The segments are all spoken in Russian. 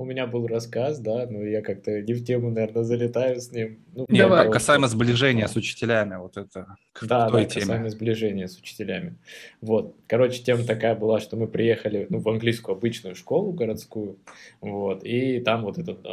у меня был рассказ, да, но я как-то не в тему, наверное, залетаю с ним. Ну, Не, про Давай. вот касаемо это. сближения с учителями, вот это к Да, той да, теме. касаемо сближения с учителями. Вот, короче, тема такая была, что мы приехали, ну, в английскую обычную школу городскую, вот, и там вот этот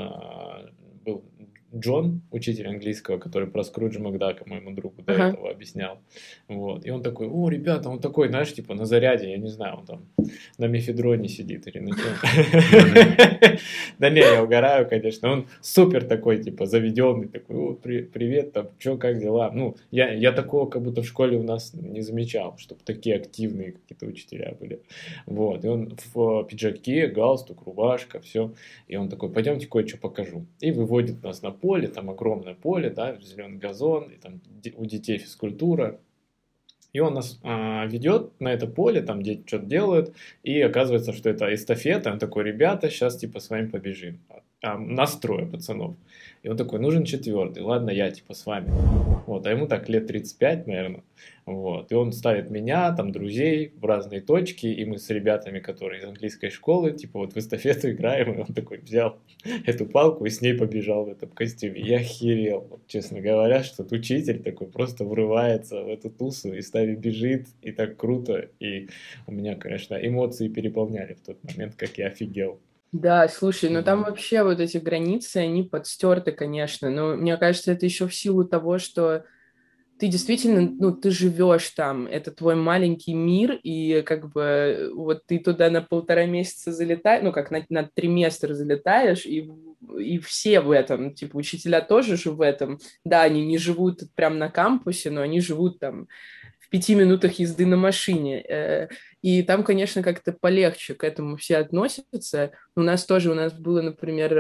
был Джон, учитель английского, который про Скруджа Макдака моему другу до Ага. этого объяснял, вот, и он такой: о, ребята, он такой, знаешь, типа на заряде, я не знаю, он там на мефедроне сидит или на чем. Мгм. Да не, я угораю, конечно. Он супер такой, типа, заведенный, такой: о, привет, там, чё, как дела? Ну, я такого как будто в школе у нас не замечал, чтобы такие активные какие-то учителя были. Вот, и он в пиджаке, галстук, рубашка, все. И он такой: пойдемте кое-что покажу. И выводит нас на поле, там огромное поле, да, зеленый газон, и там у детей физкультура. И он нас ведет на это поле, там дети что-то делают, и оказывается, что это эстафета. Он такой: ребята, сейчас типа с вами побежим. Нас трое пацанов. И он такой: нужен четвертый. Ладно, я типа с вами. Вот, а ему так лет 35, наверное. Вот, и он ставит меня, там, друзей в разные точки, и мы с ребятами, которые из английской школы, типа вот в эстафету играем, и он такой взял эту палку и с ней побежал в этом костюме. Я охерел, вот, честно говоря, что тут учитель такой просто врывается в эту тусу и с нами бежит, и так круто. И у меня, конечно, эмоции переполняли в тот момент, как я офигел. Да, слушай, ну там Вот. вообще вот эти границы, они подстерты, конечно, но мне кажется, это еще в силу того, что ты действительно, ну, ты живешь там, это твой маленький мир, и как бы вот ты туда на 1,5 месяца залетаешь, ну, как на 3 месяца залетаешь, и все в этом, типа, учителя тоже же в этом. Да, они не живут прям на кампусе, но они живут там в 5 минутах езды на машине. И там, конечно, как-то полегче к этому все относятся. У нас тоже, у нас было, например,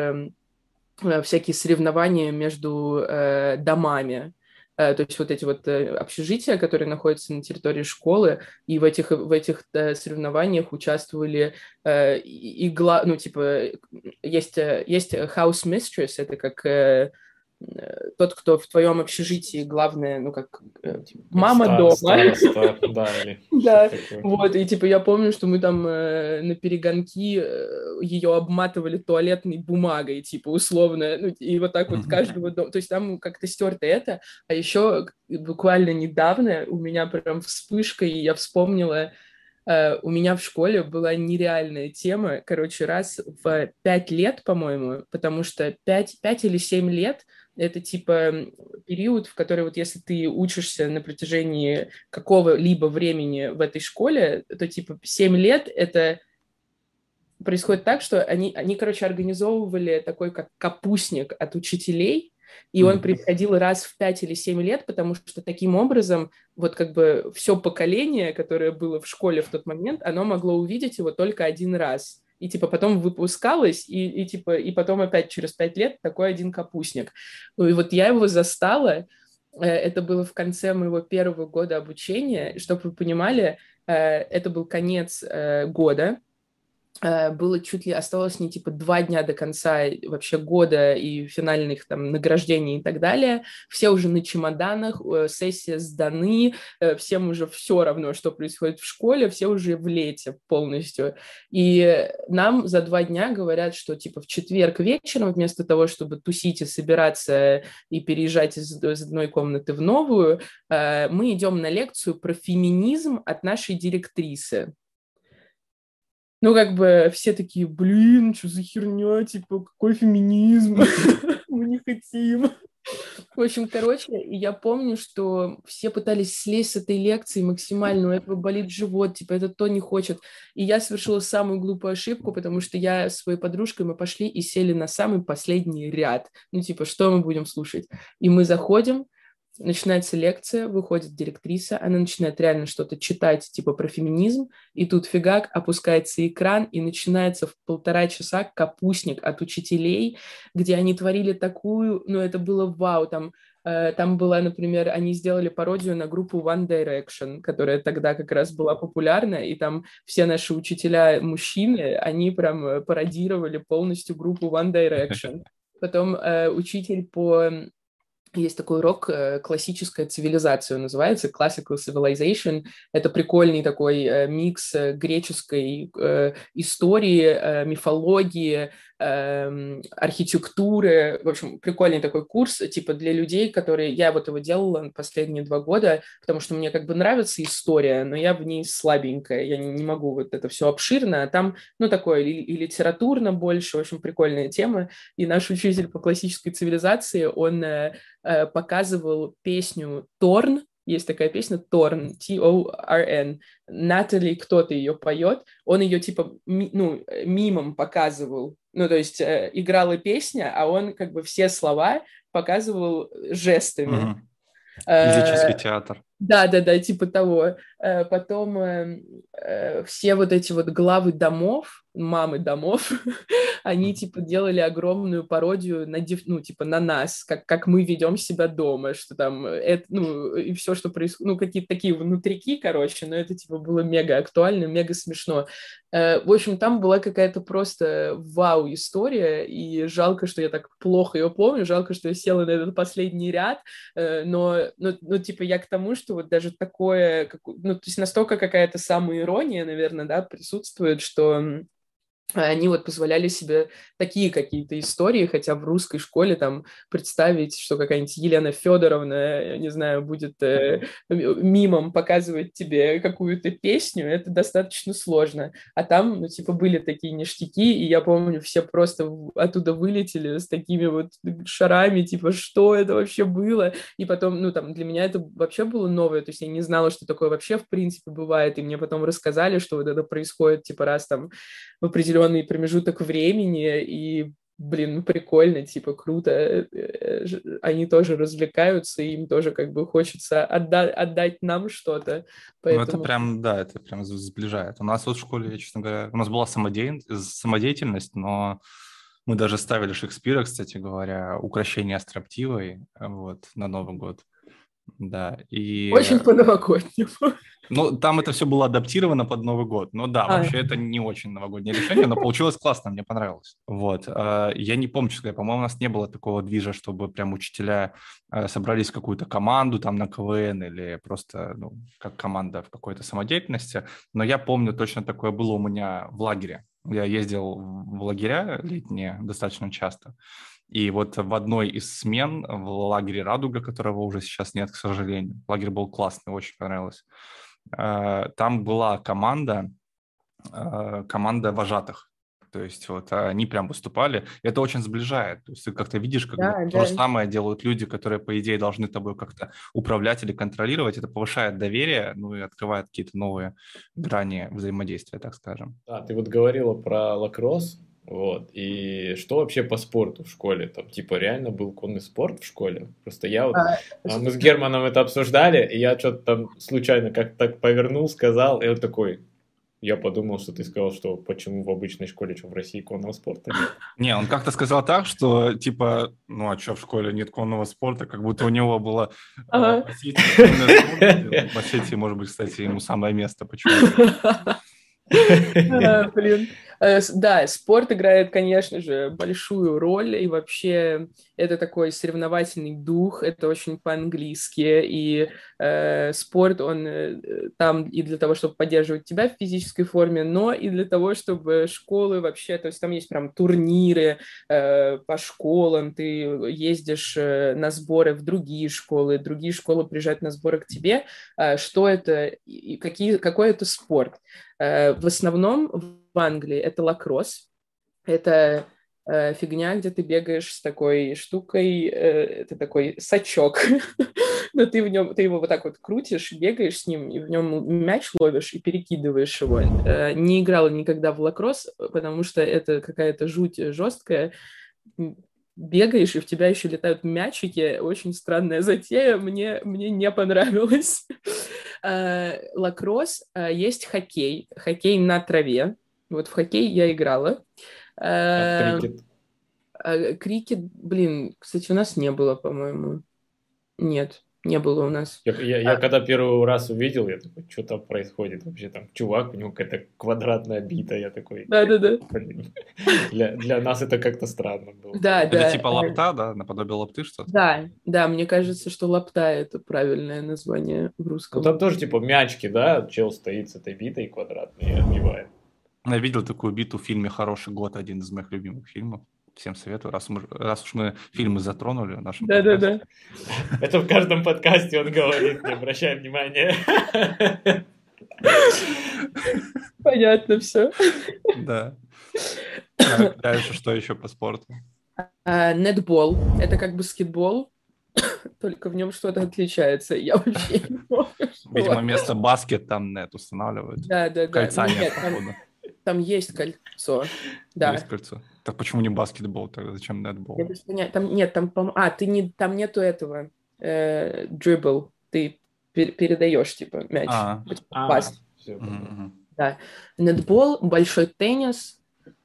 всякие соревнования между домами. То есть вот эти вот общежития, которые находятся на территории школы, и в этих соревнованиях участвовали ну, типа, есть house mistress, это как тот, кто в твоем общежитии главное, ну, как типа, Как мама дома. староста, да, или что-то Да, такое. вот, и типа я помню, что мы там на перегонки ее обматывали туалетной бумагой, типа условно, ну, и вот так вот каждого дома, то есть там как-то стерто это, а еще буквально недавно у меня прям вспышка, и я вспомнила, у меня в школе была нереальная тема, короче, раз в 5 лет, по-моему, потому что 5 или 7 лет это типа период, в который вот если ты учишься на протяжении какого-либо времени в этой школе, то типа 7 лет это происходит так, что они, короче, организовывали такой как капустник от учителей, и он Мгм. приходил раз в 5 или 7 лет, потому что таким образом вот как бы все поколение, которое было в школе в тот момент, оно могло увидеть его только один раз. И типа потом выпускалось, и типа и потом опять через 5 лет такой один капустник. Ну, и вот я его застала, это было в конце моего первого года обучения. Чтобы вы понимали, это был конец года, было чуть ли осталось не типа 2 дня до конца вообще года и финальных там награждений и так далее. Все уже на чемоданах, сессия сданы, всем уже все равно, что происходит в школе, все уже в лете полностью. И нам за 2 дня говорят, что типа в четверг вечером вместо того, чтобы тусить и собираться и переезжать из одной комнаты в новую, мы идем на лекцию про феминизм от нашей директрисы. Ну, как бы все такие: блин, что за херня, типа, какой феминизм, мы не хотим. В общем, короче, я помню, что все пытались слезть с этой лекции максимально, у этого болит живот, типа, это то не хочет. И я совершила самую глупую ошибку, потому что я с своей подружкой, мы пошли и сели на самый последний ряд. Ну, типа, что мы будем слушать? И мы заходим, начинается лекция, выходит директриса, она начинает реально что-то читать, типа, про феминизм, и тут фигак, опускается экран, и начинается в 1,5 часа капустник от учителей, где они творили такую, ну, это было вау, там была, например, они сделали пародию на группу One Direction, которая тогда как раз была популярна, и там все наши учителя мужчины, они прям пародировали полностью группу One Direction. Потом учитель по есть такой урок «Классическая цивилизация» называется, Classical Civilization. Это прикольный такой микс греческой истории, мифологии, архитектуры. В общем, прикольный такой курс, типа для людей, которые... Я вот его делала последние 2 года, потому что мне как бы нравится история, но я в ней слабенькая, я не могу вот это все обширно, а там, ну, такое и литературно больше, в общем, прикольная тема. И наш учитель по классической цивилизации, он показывал песню «Торн». Есть такая песня «Торн», T-O-R-N. Натали, кто-то ее поет. Он ее типа мимом показывал. Ну, то есть играла песня, а он как бы все слова показывал жестами. Мгм. Физический театр. Да, типа того. Потом все вот эти вот главы домов, мамы домов, они типа делали огромную пародию на, ну, типа на нас, как мы ведем себя дома, что там, это, ну, и все, что происходит, ну, какие-то такие внутрики, короче, но это типа было мега актуально, мега смешно. В общем, там была какая-то просто вау-история, и жалко, что я так плохо ее помню, жалко, что я села на этот последний ряд, но типа, я к тому, что вот даже такое, ну, то есть настолько какая-то самоирония, наверное, да, присутствует, что они вот позволяли себе такие какие-то истории, хотя в русской школе там представить, что какая-нибудь Елена Федоровна, я не знаю, будет мимом показывать тебе какую-то песню, это достаточно сложно. А там, ну, типа, были такие ништяки, и я помню, все просто оттуда вылетели с такими вот шарами, типа, что это вообще было? И потом, ну, там, для меня это вообще было новое, то есть я не знала, что такое вообще в принципе бывает, и мне потом рассказали, что вот это происходит, типа, раз там в определенный промежуток времени, и, блин, ну, прикольно, типа, круто, они тоже развлекаются, и им тоже как бы хочется отдать нам что-то, Ну, это поэтому... прям, да, это прям сближает. У нас вот в школе, честно говоря, у нас была самодеятельность, но мы даже ставили Шекспира, кстати говоря, «Укрощение строптивой», вот, на Новый год. Да, и... Очень по-новогоднему. Ну, там это все было адаптировано под Новый год. Ну да, вообще это не очень новогоднее решение, но получилось классно, мне понравилось. Вот. Я не помню, что, по-моему, у нас не было такого движа, чтобы прям учителя собрались в какую-то команду там на КВН или просто, ну, как команда в какой-то самодеятельности. Но я помню, точно такое было у меня в лагере. Я ездил в лагеря летние достаточно часто. И вот в одной из смен в лагере «Радуга», которого уже сейчас нет, к сожалению, лагерь был классный, очень понравилось. Там была команда вожатых. То есть вот они прям выступали. Это очень сближает. То есть ты как-то видишь, когда то же самое делают люди, которые, по идее, должны тобой как-то управлять или контролировать. Это повышает доверие, ну и открывает какие-то новые грани взаимодействия, так скажем. Да, ты вот говорила про лакросс, вот, и что вообще по спорту в школе? Там, типа, реально был конный спорт в школе? Просто я вот... Мы с Германом это обсуждали, и я что-то там случайно как-то так повернул, сказал, и он такой... Я подумал, что ты сказал, что почему в обычной школе, что в России конного спорта нет. Не, он как-то сказал так, что типа, ну а что в школе нет конного спорта, как будто у него было в Осетии, может быть, кстати, ему самое место, почему? Блин. Да, спорт играет, конечно же, большую роль, и вообще это такой соревновательный дух, это очень по-английски, и спорт, он там и для того, чтобы поддерживать тебя в физической форме, но и для того, чтобы школы вообще, то есть там есть прям турниры по школам, ты ездишь на сборы в другие школы приезжают на сборы к тебе. Что это, и какой это спорт? В основном в Англии это лакросс, это фигня, где ты бегаешь с такой штукой, это такой сачок, но ты его вот так вот крутишь, бегаешь с ним, и в нем мяч ловишь и перекидываешь его. Не играла никогда в лакросс, потому что это какая-то жуть жесткая. Бегаешь, и в тебя еще летают мячики. Очень странная затея, мне не понравилось. Лакросс, есть хоккей. Хоккей на траве. Вот в хоккей я играла. А крикет? Крикет, блин, кстати, у нас не было, по-моему. Нет, не было у нас. Я когда первый раз увидел, я такой, что там происходит вообще? Там чувак, у него какая-то квадратная бита, я такой... Да-да-да. Для нас это как-то странно было. Да. Это типа лапта, да, наподобие лапты что-то? Да, мне кажется, что лапта — это правильное название в русском. Ну там тоже типа мячики, да? Чел стоит с этой битой квадратной и отбивает. Я видел такую биту в фильме «Хороший год», один из моих любимых фильмов. Всем советую, раз уж мы фильмы затронули в нашем подкасте. Да-да-да. Это в каждом подкасте он говорит, не обращай внимания. Понятно все. Да. Так, дальше что еще по спорту? Нетбол. Это как баскетбол, только в нем что-то отличается. Я вообще не помню. Видимо, вместо баскет там нет устанавливают. Да. Кольца Ну, нет, нет, походу. там есть кольцо. Да. Есть кольцо. Так почему не баскетбол тогда? Зачем Я нетбол? без понятия. Там нет, там, там нету этого дрибл. Ты передаешь, типа, мяч. Пас. Все, Мгм. Да. Нетбол, большой теннис.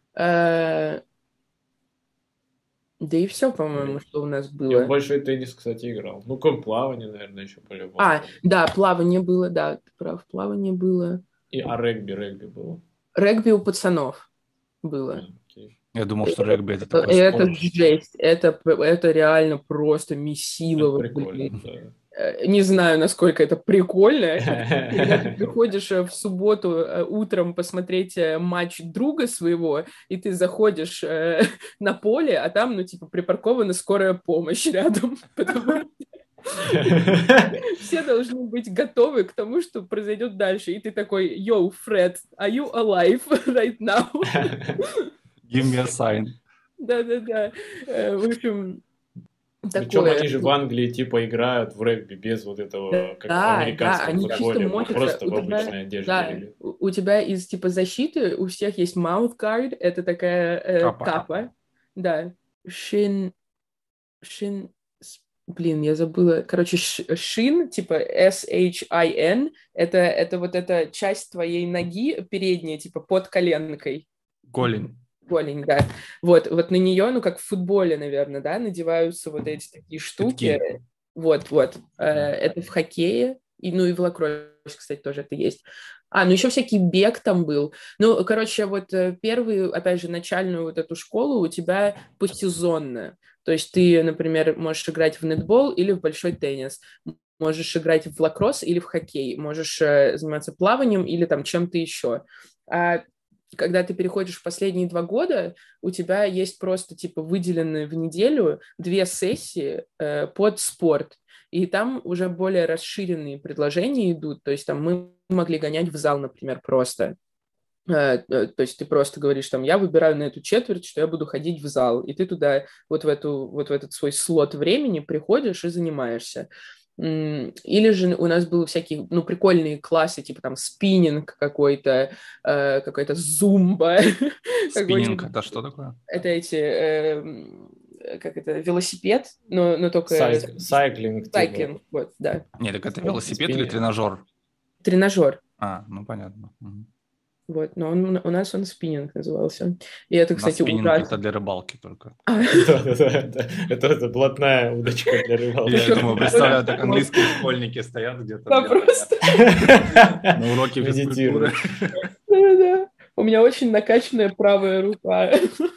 Да и все, по-моему, что у нас Я в было. большой теннис, кстати, играл. Ну, кроме плавания, наверное, еще по-любому. Да, плавание было, да, ты прав, плавание было. А регби было? Регби у пацанов было. Окей. Я думал, что регби это такой Это спорт. жесть, это реально просто месилово. Это прикольно, да. Не знаю, насколько это прикольно. Когда ты приходишь в субботу утром посмотреть матч друга своего, и ты заходишь на поле, а там, ну, типа, припаркована скорая помощь рядом. Потому все должны быть готовы к тому, что произойдет дальше. И ты такой, йоу, Фред, are you alive right now? Give me a sign. Да. В общем, Причем такое. они же в Англии типа играют в регби без вот этого, как в Да, американском они чисто футболе, мочатся. просто У в тебя, обычной одежде. да, у тебя из типа защиты у всех есть mouth guard, это такая капа. Да. Блин, я забыла. Короче, шин, типа SHIN, это вот эта часть твоей ноги передняя, типа под коленкой. Голень. Голень, да. Вот на нее, ну, как в футболе, наверное, да, надеваются вот эти такие штуки. Пятки. Вот. Это в хоккее, ну и в лакроссе, кстати, тоже это есть. Ну еще всякий бег там был. Ну, короче, вот первую, опять же, начальную вот эту школу у тебя посезонная. То есть ты, например, можешь играть в нетбол или в большой теннис. Можешь играть в лакросс или в хоккей. Можешь заниматься плаванием или там чем-то еще. А когда ты переходишь в последние 2 года, у тебя есть просто, типа, выделенные в неделю 2 сессии под спорт. И там уже более расширенные предложения идут. То есть там мы могли гонять в зал, например, просто. То есть ты просто говоришь, там, я выбираю на эту четверть, что я буду ходить в зал. И ты туда, вот в этот свой слот времени приходишь и занимаешься. Или же у нас были всякие, ну, прикольные классы, типа там спиннинг какой-то зумба. Спиннинг, это что такое? Это как это, велосипед, но только... Сайклинг. Сайклинг, вот, да. Нет, так это велосипед или тренажер? Тренажер. Ну понятно. Вот, но у нас он спиннинг назывался. И это, кстати, спиннинг ужасно. это для рыбалки только. Да, это блатная удочка для рыбалки. Я думаю, представляю, так английские школьники стоят где-то. Да, просто. На уроке физкультуры. Да. У меня очень накачанная правая рука.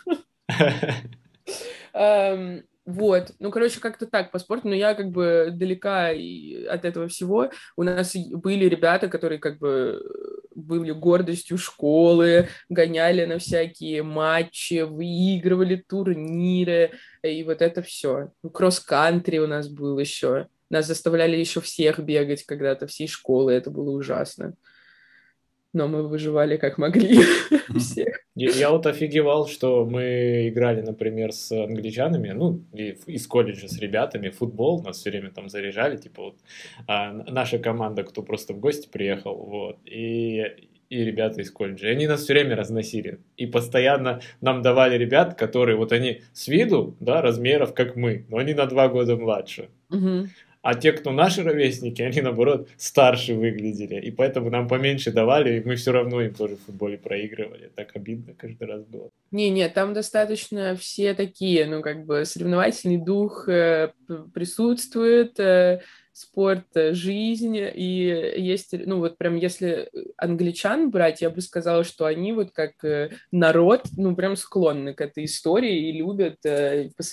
Вот, ну, короче, как-то так по спорту, но я как бы далека от этого всего. У нас были ребята, которые как бы были гордостью школы, гоняли на всякие матчи, выигрывали турниры, и вот это все. Кросс-кантри у нас был еще. Нас заставляли еще всех бегать когда-то, всей школы, это было ужасно. Но мы выживали как могли всех. Я вот офигевал, что мы играли, например, с англичанами, ну, из колледжа с ребятами, футбол, нас все время там заряжали, типа вот наша команда, кто просто в гости приехал, вот, и ребята из колледжа, и они нас все время разносили, и постоянно нам давали ребят, которые, вот они с виду, да, размеров, как мы, но они на 2 года младше. А те, кто наши ровесники, они, наоборот, старше выглядели. И поэтому нам поменьше давали, и мы все равно им тоже в футболе проигрывали. Так обидно каждый раз было. Не, там достаточно все такие, ну, как бы соревновательный дух присутствует, спорт, жизнь, и есть, ну, вот прям если англичан брать, я бы сказала, что они вот как народ, ну, прям склонны к этой истории и любят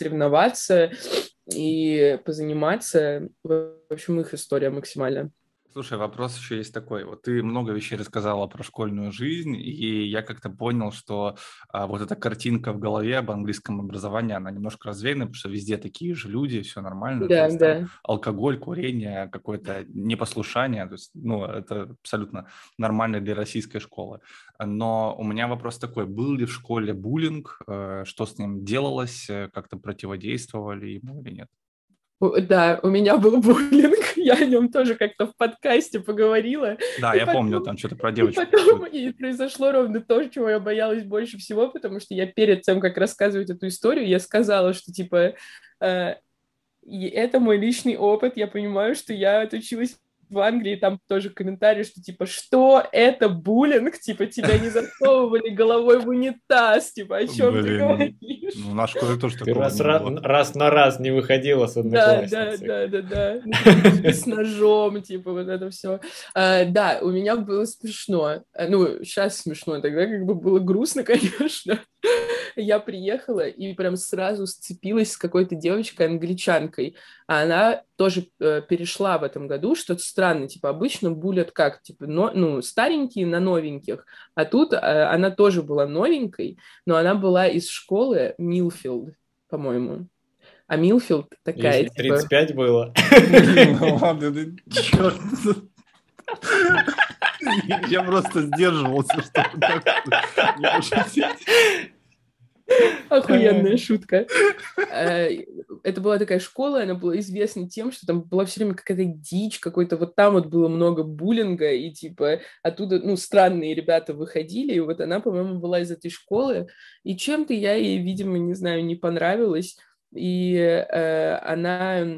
посоревноваться и позаниматься. В общем, их история максимально. Слушай, вопрос еще есть такой. Вот ты много вещей рассказала про школьную жизнь, и я как-то понял, что вот эта картинка в голове об английском образовании, она немножко развеяна, потому что везде такие же люди, все нормально. То Да, есть там да. алкоголь, курение, какое-то непослушание. То есть, ну, это абсолютно нормально для российской школы. Но у меня вопрос такой. Был ли в школе буллинг? Что с ним делалось? Как-то противодействовали ему или нет? Да, у меня был буллинг, я о нем тоже как-то в подкасте поговорила. Да, И я помню, потом, там что-то про и девочку. потом и произошло ровно то, чего я боялась больше всего, потому что я перед тем, как рассказывать эту историю, я сказала, что, типа, и это мой личный опыт, я понимаю, что я отучилась в Англии, там тоже комментарий, что типа, что это буллинг, типа, тебя не засовывали головой в унитаз, типа, о чем ты Блин, говоришь? ну, в нашей школе тоже Ты такого не было. раз на раз не выходила с Да, да, одноклассницей. да, да, да. Ну, типа, били с ножом, типа, вот это все. Да, у меня было смешно. Ну, сейчас смешно, тогда как бы было грустно, конечно. Я приехала и прям сразу сцепилась с какой-то девочкой-англичанкой. А она тоже перешла в этом году, что-то странное. Типа, обычно булят как? Типа, ну, старенькие на новеньких. А тут она тоже была новенькой, но она была из школы Милфилд, по-моему. А Милфилд такая, Ей типа... 35 было. Блин, ну ладно, ты черт. Я просто сдерживался, чтобы как-то не пошутить. Охуенная шутка. Это была такая школа, она была известна тем, что там была все время какая-то дичь, какой-то вот там вот было много буллинга, и типа оттуда, ну, странные ребята выходили, и вот она, по-моему, была из этой школы, и чем-то я ей, видимо, не знаю, не понравилась, и она...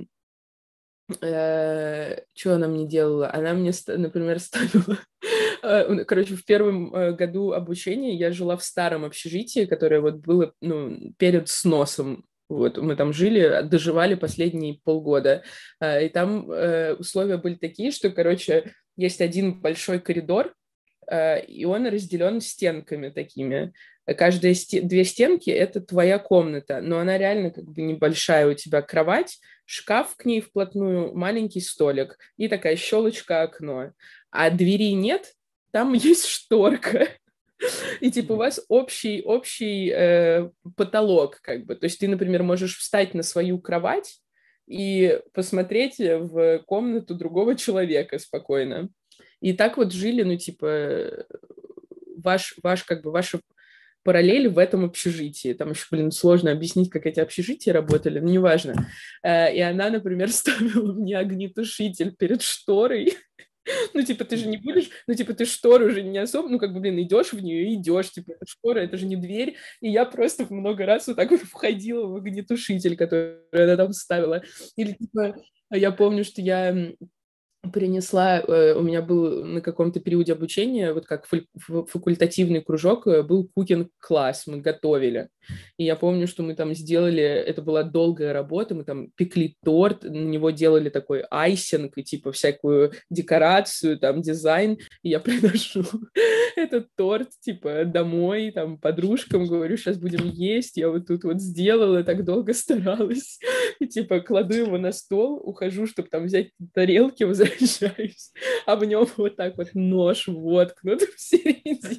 что она мне делала? Она мне, например, ставила... Короче, в первом году обучения я жила в старом общежитии, которое вот было, ну, перед сносом. Вот, мы там жили, доживали последние полгода. И там условия были такие, что, короче, есть один большой коридор, и он разделен стенками такими. Каждые две стенки — это твоя комната, но она реально как бы небольшая. У тебя кровать, шкаф к ней вплотную, маленький столик и такая щелочка окно. А двери нет, там есть шторка. И типа у вас общий потолок, как бы. То есть ты, например, можешь встать на свою кровать и посмотреть в комнату другого человека спокойно. И так вот жили, ну, типа, как бы, ваша параллель в этом общежитии. Там еще, блин, сложно объяснить, как эти общежития работали, но неважно. И она, например, ставила мне огнетушитель перед шторой. Ну, типа, ты же не будешь, ну, типа, ты штору уже не особо, ну, как бы, блин, идешь в нее и идешь, типа, это штора, это же не дверь. И я просто много раз вот так вот входила в огнетушитель, который она там ставила. Или, типа, я помню, что я принесла, у меня был на каком-то периоде обучения, вот как факультативный кружок, был кукинг-класс, мы готовили. И я помню, что мы там сделали, это была долгая работа, мы там пекли торт, на него делали такой айсинг и типа всякую декорацию, там дизайн, и я приношу этот торт типа домой, там подружкам, говорю, сейчас будем есть, я вот тут вот сделала, так долго старалась, и типа кладу его на стол, ухожу, чтобы там взять тарелки, возвращаюсь, а в нем вот так вот нож воткнут в середине.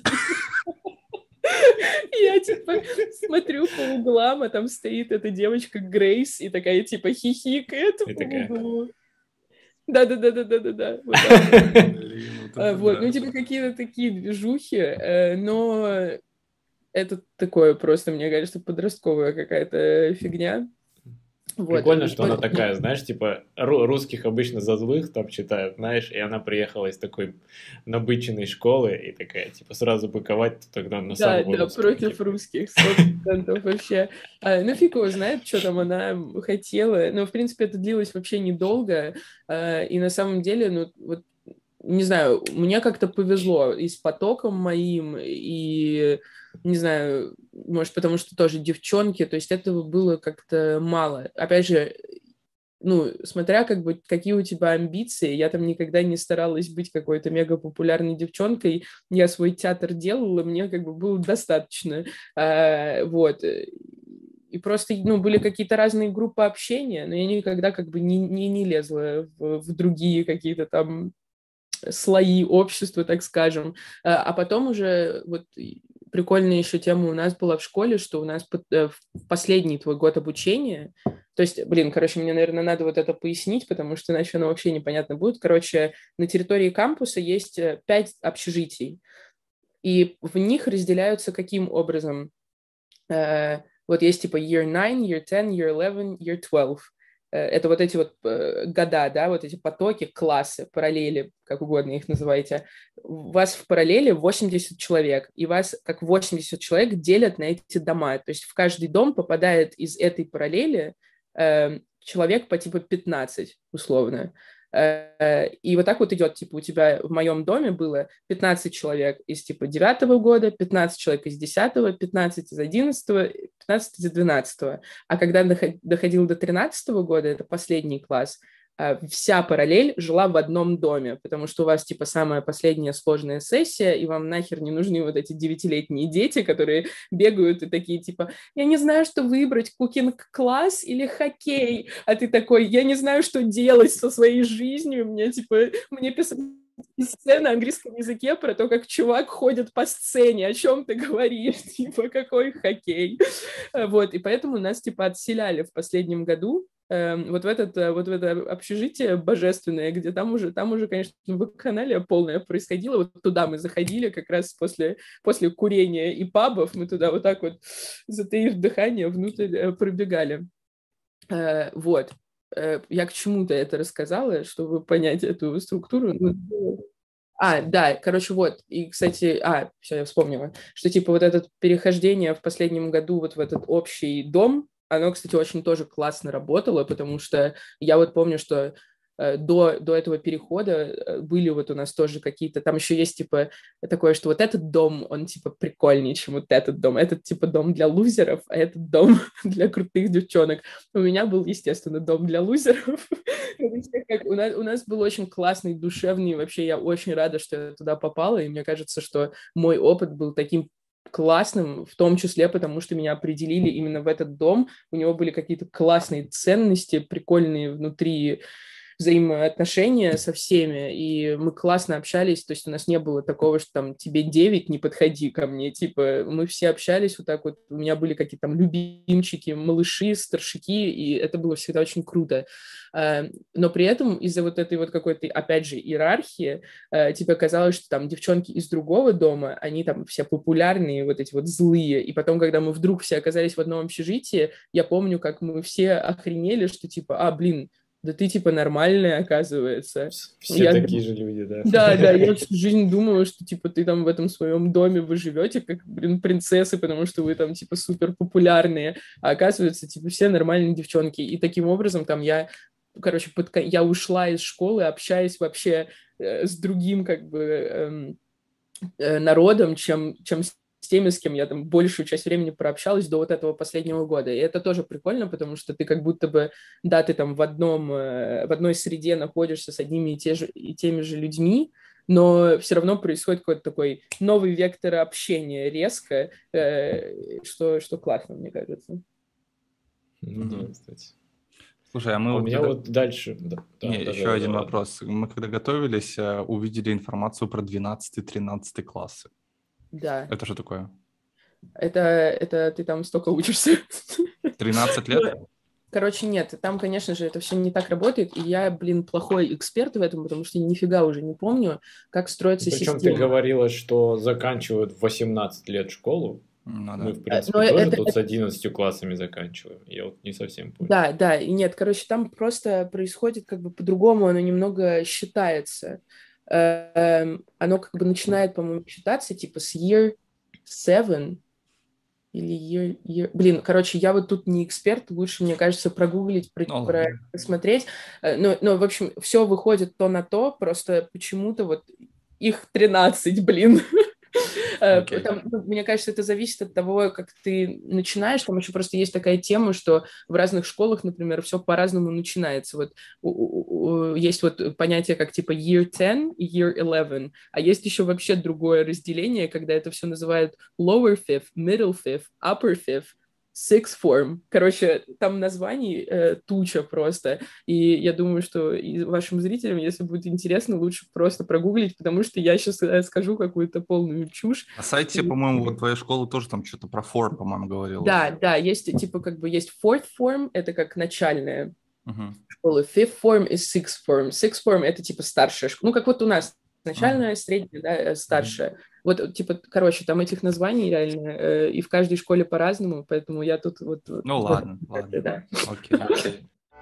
И я, типа, смотрю по углам, а там стоит эта девочка Грейс, и такая, типа, хихикает по углу. Да-да-да-да-да-да-да. Вот так вот. Вот, ну, типа, какие-то такие движухи, но это такое просто, мне кажется, подростковая какая-то фигня. Вот. Прикольно, что она такая, знаешь, типа русских обычно за злых там читают, знаешь, и она приехала из такой набыченной школы и такая, типа, сразу быковать тогда на самого Да, русского. против Типа. русских, 100% вообще. Ну, фиг его знает, что там она хотела. Но, в принципе, это длилось вообще недолго. И на самом деле, ну, вот, не знаю, мне как-то повезло и с потоком моим, и, не знаю, может, потому что тоже девчонки, то есть этого было как-то мало. Опять же, ну, смотря как бы, какие у тебя амбиции, я там никогда не старалась быть какой-то мега популярной девчонкой, я свой театр делала, мне как бы было достаточно, вот, и просто, ну, были какие-то разные группы общения, но я никогда как бы не лезла в другие какие-то там слои общества, так скажем. А потом уже вот прикольная еще тема у нас была в школе, что у нас в последний твой год обучения, то есть, короче, мне, наверное, надо вот это пояснить, потому что иначе оно вообще непонятно будет. Короче, на территории кампуса есть 5 общежитий, и в них разделяются каким образом? Вот есть типа year 9, year 10, year 11, year 12. Это вот эти вот года, да, вот эти потоки, классы, параллели, как угодно их называйте. У вас в параллели 80 человек, и вас как 80 человек делят на эти дома. То есть в каждый дом попадает из этой параллели человек по типа 15, условно. И вот так вот идет, типа, у тебя в моем доме было 15 человек из, типа, 9-го года, 15 человек из 10-го, 15 из 11-го, 15 из 12-го. А когда доходил до 13-го года, это последний класс, вся параллель жила в одном доме, потому что у вас, типа, самая последняя сложная сессия, и вам нахер не нужны вот эти 9-летние дети, которые бегают и такие, типа, я не знаю, что выбрать, кукинг-класс или хоккей, а ты такой, я не знаю, что делать со своей жизнью, мне писать сцена на английском языке про то, как чувак ходит по сцене, о чем ты говоришь, типа, какой хоккей. Вот, и поэтому нас, типа, отселяли в последнем году, вот в это общежитие божественное, где там уже, конечно, вакханалия полная происходила. Вот туда мы заходили как раз после курения и пабов, мы туда вот так вот, затаив дыхание, внутрь пробегали. Вот. Я к чему-то это рассказала, чтобы понять эту структуру. Да, короче, вот, и, кстати, все, я вспомнила, что, типа, вот это перехождение в последнем году вот в этот общий дом, оно, кстати, очень тоже классно работало, потому что я вот помню, что до этого перехода были вот у нас тоже какие-то, там еще есть, типа, такое, что вот этот дом, он, типа, прикольнее, чем вот этот дом. Этот, типа, дом для лузеров, а этот дом для крутых девчонок. У меня был, естественно, дом для лузеров. У нас был очень классный, душевный, вообще я очень рада, что я туда попала, и мне кажется, что мой опыт был таким классным, в том числе потому, что меня определили именно в этот дом. У него были какие-то классные ценности, прикольные внутри взаимоотношения со всеми, и мы классно общались, то есть у нас не было такого, что там тебе 9, не подходи ко мне, типа мы все общались вот так вот, у меня были какие-то там любимчики, малыши, старшики, и это было всегда очень круто. Но при этом из-за вот этой вот какой-то, опять же, иерархии, тебе казалось, что там девчонки из другого дома, они там все популярные, вот эти вот злые, и потом, когда мы вдруг все оказались в одном общежитии, я помню, как мы все охренели, что типа, блин, да ты, типа, нормальная, оказывается. Все такие же люди, да. Да, я всю жизнь думала, что, типа, ты там в этом своем доме вы живете, как, принцессы, потому что вы там, типа, супер популярные, а оказывается, типа, все нормальные девчонки. И таким образом там я ушла из школы, общаясь вообще с другим, как бы, народом, чем с теми, с кем я там большую часть времени прообщалась до вот этого последнего года. И это тоже прикольно, потому что ты как будто бы, да, ты там в одной среде находишься с одними и теми же людьми, но все равно происходит какой-то такой новый вектор общения резко, что классно, мне кажется. Да, кстати. Слушай, у меня вот дальше... еще один вопрос. Мы когда готовились, увидели информацию про 12-13 классы. Да. Это что такое? Это ты там столько учишься. 13 лет? Короче, нет, там, конечно же, это все не так работает, и я, плохой эксперт в этом, потому что нифига уже не помню, как строится система. Причем ты говорила, что заканчивают в 18 лет школу. Мы, в принципе, тоже тут с 11 классами заканчиваем. Я вот не совсем понял. Да, и нет, короче, там просто происходит как бы по-другому, оно немного считается. Оно как бы начинает, по-моему, считаться типа с year 7 или year... короче, я вот тут не эксперт, лучше, мне кажется, прогуглить, посмотреть. Но, в общем, все выходит то на то, просто почему-то вот их 13, Okay. Там, мне кажется, это зависит от того, как ты начинаешь. Там еще просто есть такая тема, что в разных школах, например, все по-разному начинается. Вот есть вот понятие как типа year 10 и year 11, а есть еще вообще другое разделение, когда это все называют lower fifth, middle fifth, upper fifth. Sixth Form. Короче, там названий туча просто. И я думаю, что и вашим зрителям, если будет интересно, лучше просто прогуглить, потому что я сейчас скажу какую-то полную чушь. На сайте, по-моему, вот твоей школы тоже там что-то про форм, по-моему, говорилось. Да, есть типа как бы есть fourth form, это как начальная Угу. школа. Fifth form и sixth form. Sixth form это типа старшая школа. Ну, как вот у нас начальная, средняя, да, старшая. Вот, типа, короче, там этих названий реально, и в каждой школе по-разному, поэтому я тут вот... Ну, ладно. Да. Окей.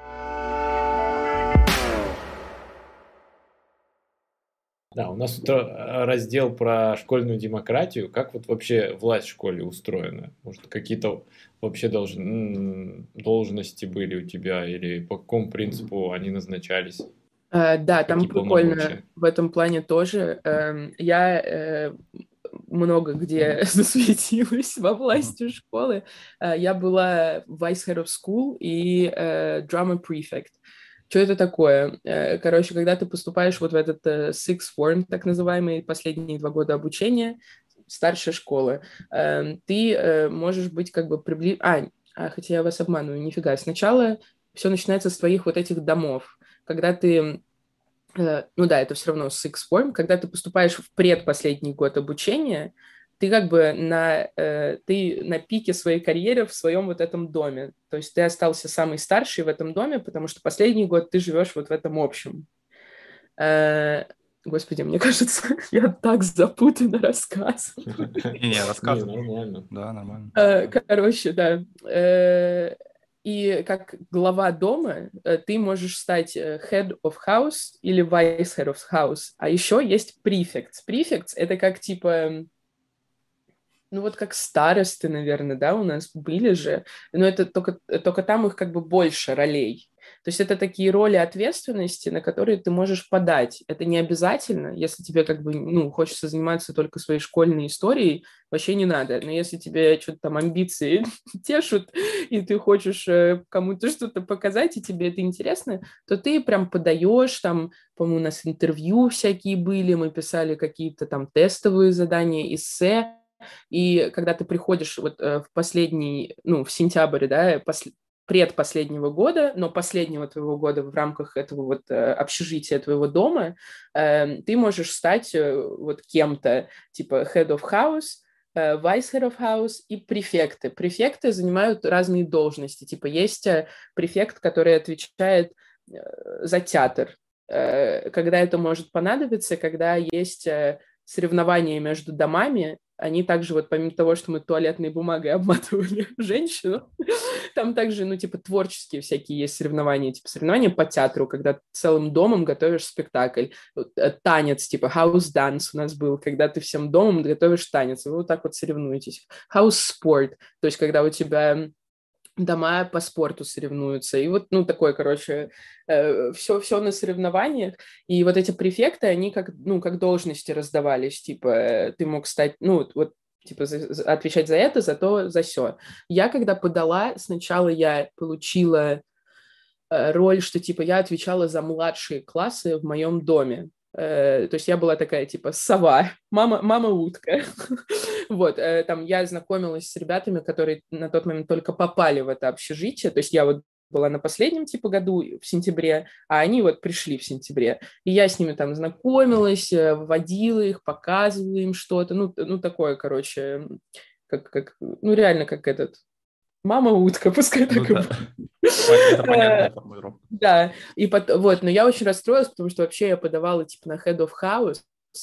Да, у нас тут раздел про школьную демократию. Как вот вообще власть в школе устроена? Может, какие-то вообще должности были у тебя, или по какому принципу они назначались? Да, там Какие прикольно полномочия? в этом плане тоже. Я много где засветилась во власти школы. Я была vice head of school и drama prefect. Что это такое? Короче, когда ты поступаешь вот в этот sixth form, так называемый, последние 2 года обучения, старшей школы, ты можешь быть как бы хотя я вас обманываю, нифига. Сначала все начинается с твоих вот этих домов. Когда ты ну да, это все равно sixth form, когда ты поступаешь в предпоследний год обучения, ты как бы ты на пике своей карьеры в своем вот этом доме. То есть ты остался самый старший в этом доме, потому что последний год ты живешь вот в этом общем. Господи, мне кажется, я так запутанно рассказываю. Не, рассказывай. Нормально. Да, нормально. Короче, да. И как глава дома ты можешь стать head of house или vice head of house. А еще есть prefects. Prefects — это как типа... Ну вот как старосты, наверное, да, у нас были же. Но это только там их как бы больше ролей. То есть это такие роли ответственности, на которые ты можешь подать. Это не обязательно, если тебе как бы, ну, хочется заниматься только своей школьной историей, вообще не надо. Но если тебе что-то там амбиции тешут, и ты хочешь кому-то что-то показать, и тебе это интересно, то ты прям подаешь, там, по-моему, у нас интервью всякие были, мы писали какие-то там тестовые задания, эссе, и когда ты приходишь вот в последний, ну, в сентябре, да, предпоследнего года, но последнего твоего года в рамках этого вот общежития твоего дома, ты можешь стать вот кем-то, типа head of house, vice head of house и префекты. Префекты занимают разные должности. Типа есть префект, который отвечает за театр. Когда это может понадобиться, когда есть соревнования между домами, они также вот помимо того, что мы туалетной бумагой обматывали женщину, там также, ну, типа, творческие всякие есть соревнования, типа, соревнования по театру, когда ты целым домом готовишь спектакль. Танец, типа, house dance у нас был, когда ты всем домом готовишь танец, и вы вот так вот соревнуетесь. House sport, то есть когда у тебя дома по спорту соревнуются. И вот, ну, такое, короче, все на соревнованиях. И вот эти префекты, они как, ну, как должности раздавались. Типа, ты мог стать, ну, вот, типа, отвечать за это, за то, за сё. Я, когда подала, сначала я получила роль, что, типа, я отвечала за младшие классы в моем доме. То есть я была такая, типа, сова, мама-утка. Вот, там я знакомилась с ребятами, которые на тот момент только попали в это общежитие. То есть я вот была на последнем, типа, году в сенябре, а они вот пришли в сентябре. И я с ними там знакомилась, вводила их, показывала им что-то. Ну такое, короче, ну, реально, как этот... Мама-утка, пускай так и будет. Это понятная формулировка. Да, и вот, но я очень расстроилась, потому что вообще я подавала типа на Head of House,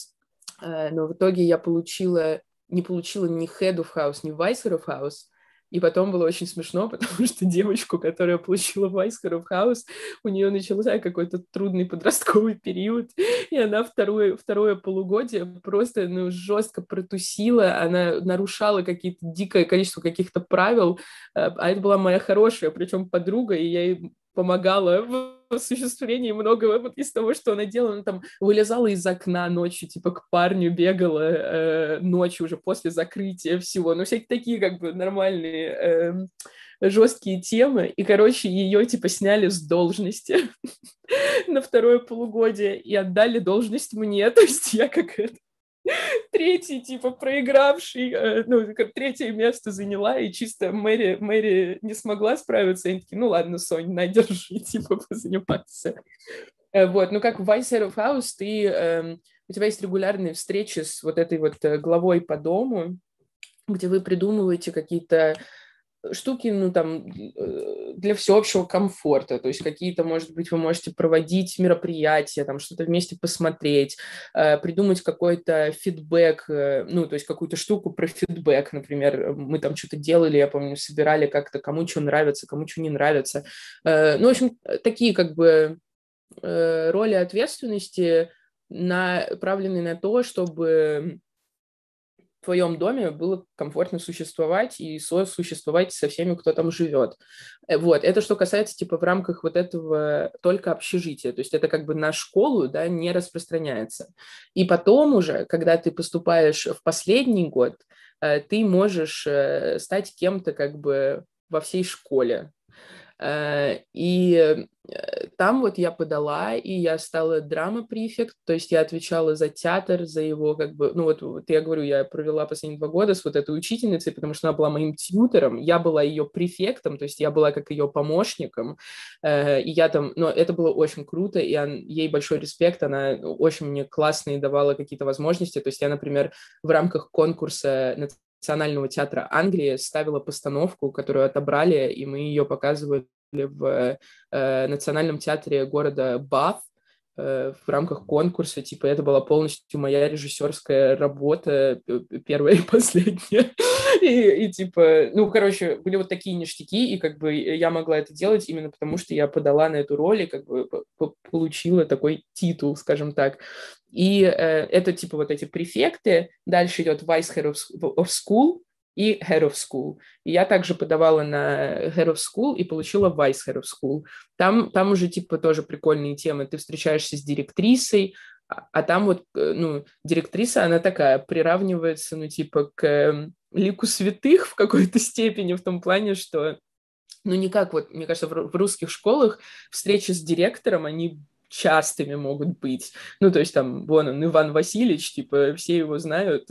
но в итоге я не получила ни Head of House, ни Vice Head of House, и потом было очень смешно, потому что девочку, которая получила Vice Head of House, у нее начался какой-то трудный подростковый период, и она второе полугодие просто, ну, жестко протусила, она нарушала какие-то дикое количество каких-то правил, а это была моя хорошая, причем подруга, и я ей помогала в осуществлении многого из того, что она делала. Она там вылезала из окна ночью, типа к парню бегала ночью уже после закрытия всего. Ну, всякие такие как бы нормальные жесткие темы. И, короче, ее типа сняли с должности на второе полугодие и отдали должность мне. То есть я как это... третий, типа, проигравший, ну, как третье место заняла, и чисто Мэри не смогла справиться, и они такие, ну ладно, Сонь, на, держи, типа, позаниматься. Вот, ну, как в Vice Head of House у тебя есть регулярные встречи с вот этой вот главой по дому, где вы придумываете какие-то штуки, ну, там, для всеобщего комфорта, то есть какие-то, может быть, вы можете проводить мероприятия, там, что-то вместе посмотреть, придумать какой-то фидбэк, ну, то есть какую-то штуку про фидбэк, например, мы там что-то делали, я помню, собирали как-то, кому что нравится, кому что не нравится. Ну, в общем, такие, как бы, роли ответственности направлены на то, чтобы в твоем доме было комфортно существовать и сосуществовать со всеми, кто там живет. Вот. Это что касается, типа, в рамках вот этого только общежития. То есть это как бы на школу, да, не распространяется. И потом уже, когда ты поступаешь в последний год, ты можешь стать кем-то как бы во всей школе. И там вот я подала, и я стала драма-префект, то есть я отвечала за театр, за его как бы... Ну вот я говорю, я провела последние 2 года с вот этой учительницей, потому что она была моим тьютором, я была ее префектом, то есть я была как ее помощником, и я там... Но это было очень круто, и ей большой респект, она очень мне классные давала какие-то возможности, то есть я, например, в рамках конкурса Национального театра Англии ставила постановку, которую отобрали, и мы ее показывали в Национальном театре города Баth в рамках конкурса. Типа это была полностью моя режиссерская работа, первая и последняя. И типа, ну, короче, были вот такие ништяки, и как бы я могла это делать именно потому, что я подала на эту роль и как бы получила такой титул, скажем так. И это типа вот эти префекты. Дальше идет Vice Head of School и Head of School. И я также подавала на Head of School и получила Vice Head of School. Там уже типа тоже прикольные темы. Ты встречаешься с директрисой, а там вот, ну, директриса, она такая, приравнивается, ну, типа, к лику святых в какой-то степени, в том плане, что, ну, не как вот, мне кажется, в русских школах встречи с директором, они частыми могут быть. Ну, то есть там, вон он, Иван Васильевич, типа, все его знают,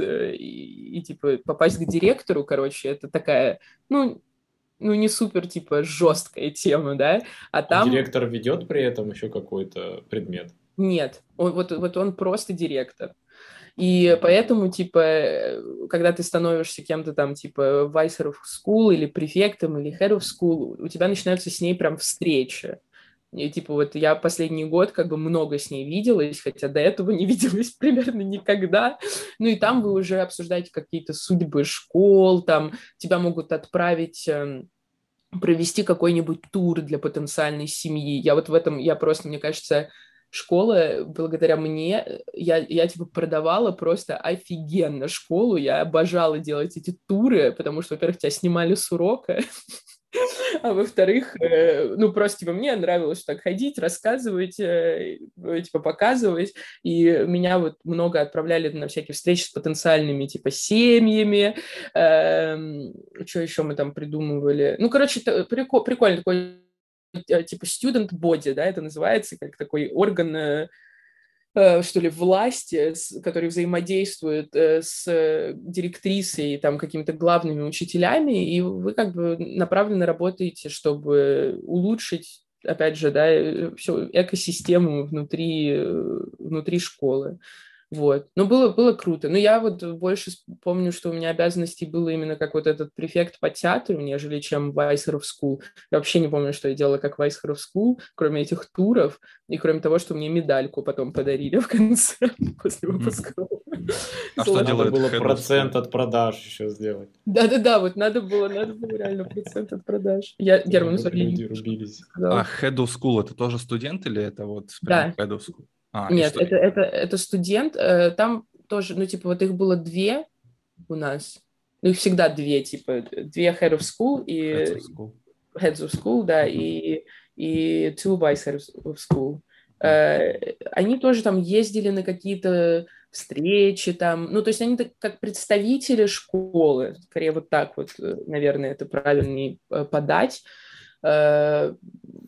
и типа, попасть к директору, короче, это такая, ну, не супер, типа, жесткая тема, да, а А там... директор ведет при этом еще какой-то предмет? Нет, вот он просто директор. И поэтому, типа, когда ты становишься кем-то там, типа, Vice Head of School или префектом, или Head of School, у тебя начинаются с ней прям встречи. И, типа, вот я последний год как бы много с ней виделась, хотя до этого не виделась примерно никогда. Ну и там вы уже обсуждаете какие-то судьбы школ, там тебя могут отправить... провести какой-нибудь тур для потенциальной семьи. Я вот в этом, я просто, мне кажется, школа, благодаря мне, я типа продавала просто офигенно школу, я обожала делать эти туры, потому что, во-первых, тебя снимали с урока, а во-вторых, ну, просто, типа, мне нравилось так ходить, рассказывать, типа, показывать, и меня вот много отправляли на всякие встречи с потенциальными, типа, семьями, что еще мы там придумывали. Ну, короче, прикольно, такой, типа, student body, да, это называется, как такой орган, что ли, власти, который взаимодействует с директрисой, там, какими-то главными учителями, и вы как бы направленно работаете, чтобы улучшить, опять же, да, всю экосистему внутри школы. Вот. Но было круто. Но я вот больше помню, что у меня обязанностей было именно как вот этот префект по театру, нежели чем Vice Head of School. Я вообще не помню, что я делала как Vice Head of School, кроме этих туров, и кроме того, что мне медальку потом подарили в конце, после выпуска. А что Надо делает было Head of процент School? от продаж еще сделать. Да-да-да, вот надо было реально процент от продаж. Герман, Чтобы смотри, люди рубились. А Head of School это тоже студент или это вот прям да. Head of School? И Нет, что? это студент. Там тоже, ну, типа, вот их было 2 у нас. Ну, их всегда 2, типа, 2 Head of School Heads of и School. Heads of School, да, и 2 Vice Heads of School. А. Они тоже там ездили на какие-то встречи там, ну, то есть они как представители школы, скорее вот так вот, наверное, это правильнее подать.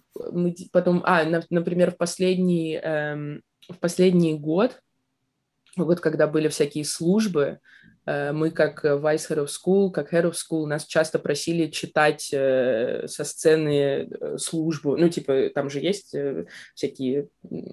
Потом, например, в последний год вот когда были всякие службы, мы как Vice Head of School, как Head of School, нас часто просили читать со сцены службу. Ну, типа, там же есть всякие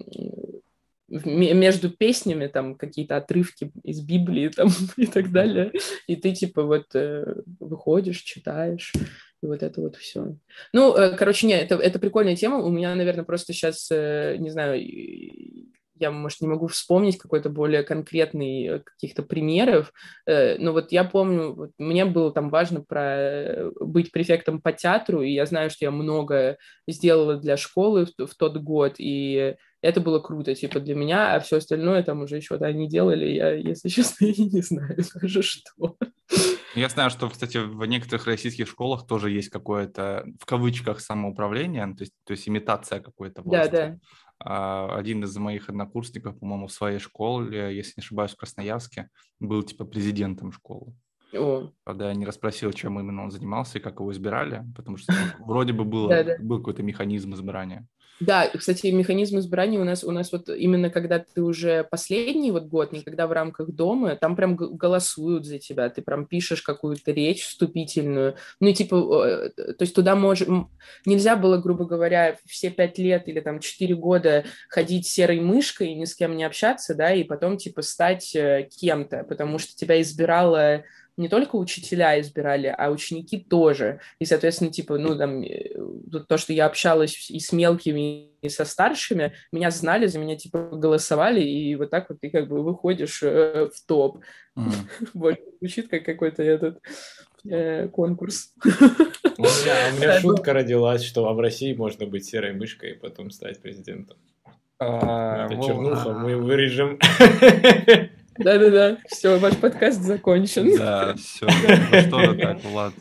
между песнями там какие-то отрывки из Библии там и так далее. И ты типа вот выходишь, читаешь. И вот это вот все. Ну, короче, нет, это прикольная тема. У меня, наверное, просто сейчас, не знаю, я, может, не могу вспомнить какой-то более конкретный каких-то примеров, но вот я помню, вот мне было там важно быть префектом по театру, и я знаю, что я много сделала для школы в тот год, и это было круто, типа, для меня, а все остальное там уже еще они делали, я, если честно, и не знаю даже что. Я знаю, что, кстати, в некоторых российских школах тоже есть какое-то, в кавычках, самоуправление, то есть имитация какой-то власти. Да. Один из моих однокурсников, по-моему, в своей школе, если не ошибаюсь, в Красноярске, был типа президентом школы. О. Когда я не расспросил, чем именно он занимался и как его избирали, потому что вроде бы был какой-то механизм избрания. Да, кстати, механизм избрания у нас вот именно когда ты уже последний вот год, не когда в рамках дома, там прям голосуют за тебя, ты прям пишешь какую-то речь вступительную, ну и типа, то есть туда нельзя было, грубо говоря, все 5 лет или там 4 года ходить серой мышкой и ни с кем не общаться, да, и потом типа стать кем-то, потому что тебя избирала не только учителя избирали, а ученики тоже. И, соответственно, типа, ну, там, то, что я общалась и с мелкими, и со старшими, меня знали, за меня, типа, голосовали, и вот так вот ты как бы выходишь в топ. Вот, звучит как какой-то этот конкурс. У меня шутка родилась, что в России можно быть серой мышкой и потом стать президентом. Это чернуха, мы вырежем. Да, все, ваш подкаст закончен. Да, все, ну что-то так, Влад.